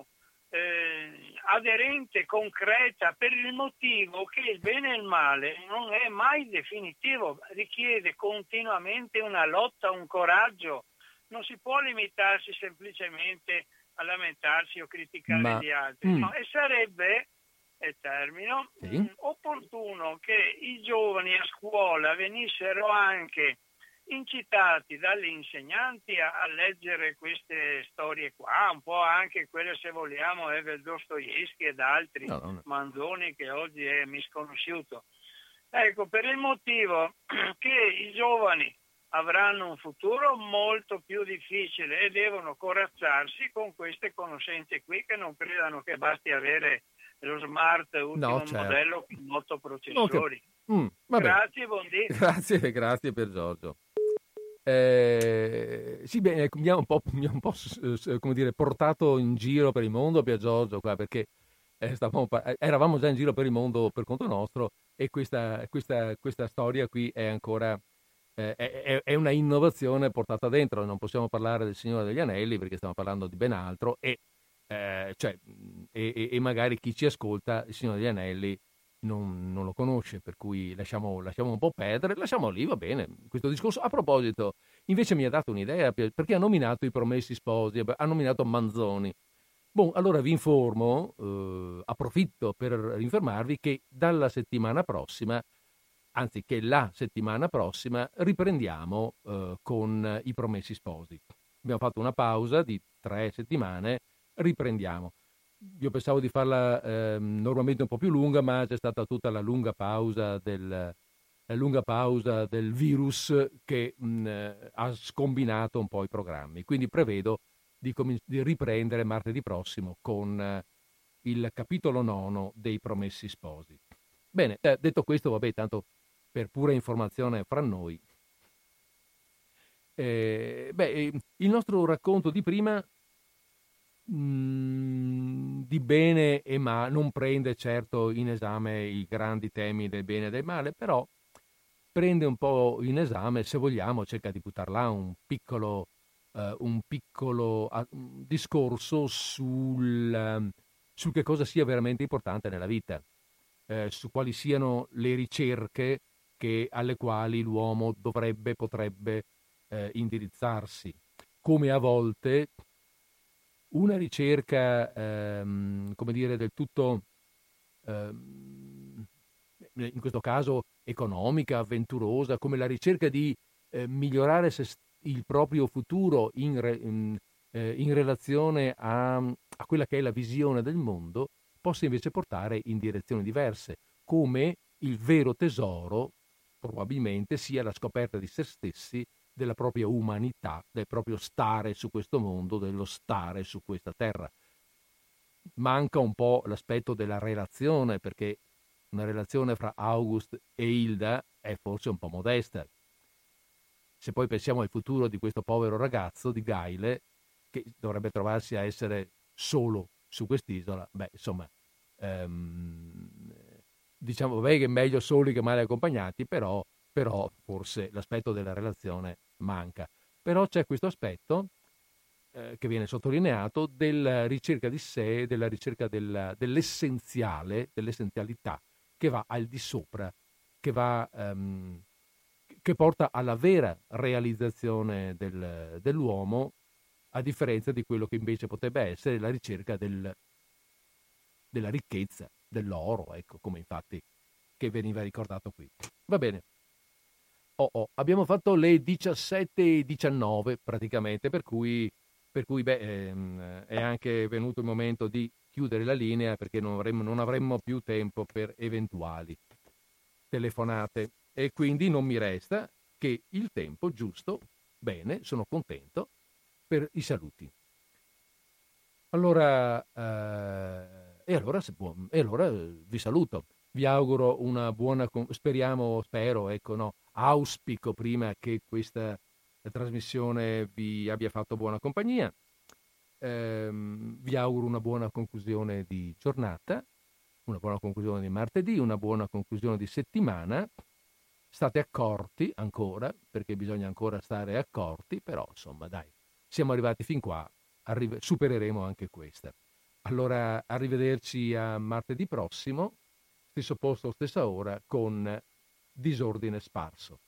aderente, concreta, per il motivo che il bene e il male non è mai definitivo, richiede continuamente una lotta, un coraggio. Non si può limitarsi semplicemente a lamentarsi o criticare gli altri, no, e sarebbe, e termino, opportuno che i giovani a scuola venissero anche incitati dagli insegnanti a leggere queste storie qua, un po' anche quelle, se vogliamo, del Dostoevskij ed altri, Manzoni, che oggi è misconosciuto. Ecco, per il motivo che i giovani avranno un futuro molto più difficile e devono corazzarsi con queste conoscenze qui, che non credano che basti avere lo smart ultimo modello con 8 processori. Grazie, buon dì. Grazie per Giorgio. Sì, bene, mi ha un po' come dire, portato in giro per il mondo Pier Giorgio qua, perché eravamo già in giro per il mondo per conto nostro, e questa storia qui è ancora è una innovazione portata dentro. Non possiamo parlare del Signore degli Anelli perché stiamo parlando di ben altro, e magari chi ci ascolta il Signore degli Anelli non lo conosce, per cui lasciamo un po' perdere, lasciamo lì, va bene, questo discorso. A proposito, invece mi ha dato un'idea, perché ha nominato i Promessi Sposi, ha nominato Manzoni. Allora vi informo, approfitto per informarvi che dalla settimana prossima, anzi che la settimana prossima, riprendiamo con i Promessi Sposi. Abbiamo fatto una pausa di 3 settimane riprendiamo. Io pensavo di farla normalmente un po' più lunga, ma c'è stata tutta la lunga pausa del virus che ha scombinato un po' i programmi. Quindi prevedo di riprendere martedì prossimo con il capitolo 9 dei Promessi Sposi. Bene, detto questo, vabbè, tanto per pura informazione fra noi, il nostro racconto di prima di bene e male non prende certo in esame i grandi temi del bene e del male, però prende un po' in esame, se vogliamo, cerca di buttar là un piccolo discorso su che cosa sia veramente importante nella vita, su quali siano le ricerche alle quali l'uomo potrebbe indirizzarsi, come a volte una ricerca, come dire, del tutto, in questo caso economica, avventurosa, come la ricerca di migliorare il proprio futuro in relazione a quella che è la visione del mondo, possa invece portare in direzioni diverse, come il vero tesoro probabilmente sia la scoperta di se stessi, della propria umanità, del proprio stare su questo mondo, dello stare su questa terra. Manca un po' l'aspetto della relazione, perché una relazione fra August e Hilda è forse un po' modesta. Se poi pensiamo al futuro di questo povero ragazzo di Gaile, che dovrebbe trovarsi a essere solo su quest'isola, insomma, diciamo che è meglio soli che male accompagnati, però forse l'aspetto della relazione manca. Però c'è questo aspetto che viene sottolineato della ricerca di sé, della ricerca dell'essenziale, dell'essenzialità che va al di sopra, che porta alla vera realizzazione dell'uomo, a differenza di quello che invece potrebbe essere la ricerca della ricchezza, dell'oro, ecco, come infatti che veniva ricordato qui. Va bene. Abbiamo fatto le 17:19 praticamente, per cui è anche venuto il momento di chiudere la linea, perché non avremmo più tempo per eventuali telefonate, e quindi non mi resta che il tempo giusto, bene, sono contento, per i saluti. Allora vi saluto. Vi auguro una buona, auspico prima che questa trasmissione vi abbia fatto buona compagnia. Vi auguro una buona conclusione di giornata, una buona conclusione di martedì, una buona conclusione di settimana. State accorti ancora, perché bisogna ancora stare accorti, però insomma dai, siamo arrivati fin qua, supereremo anche questa. Allora, arrivederci a martedì prossimo, stesso posto, stessa ora, con Disordine Sparso.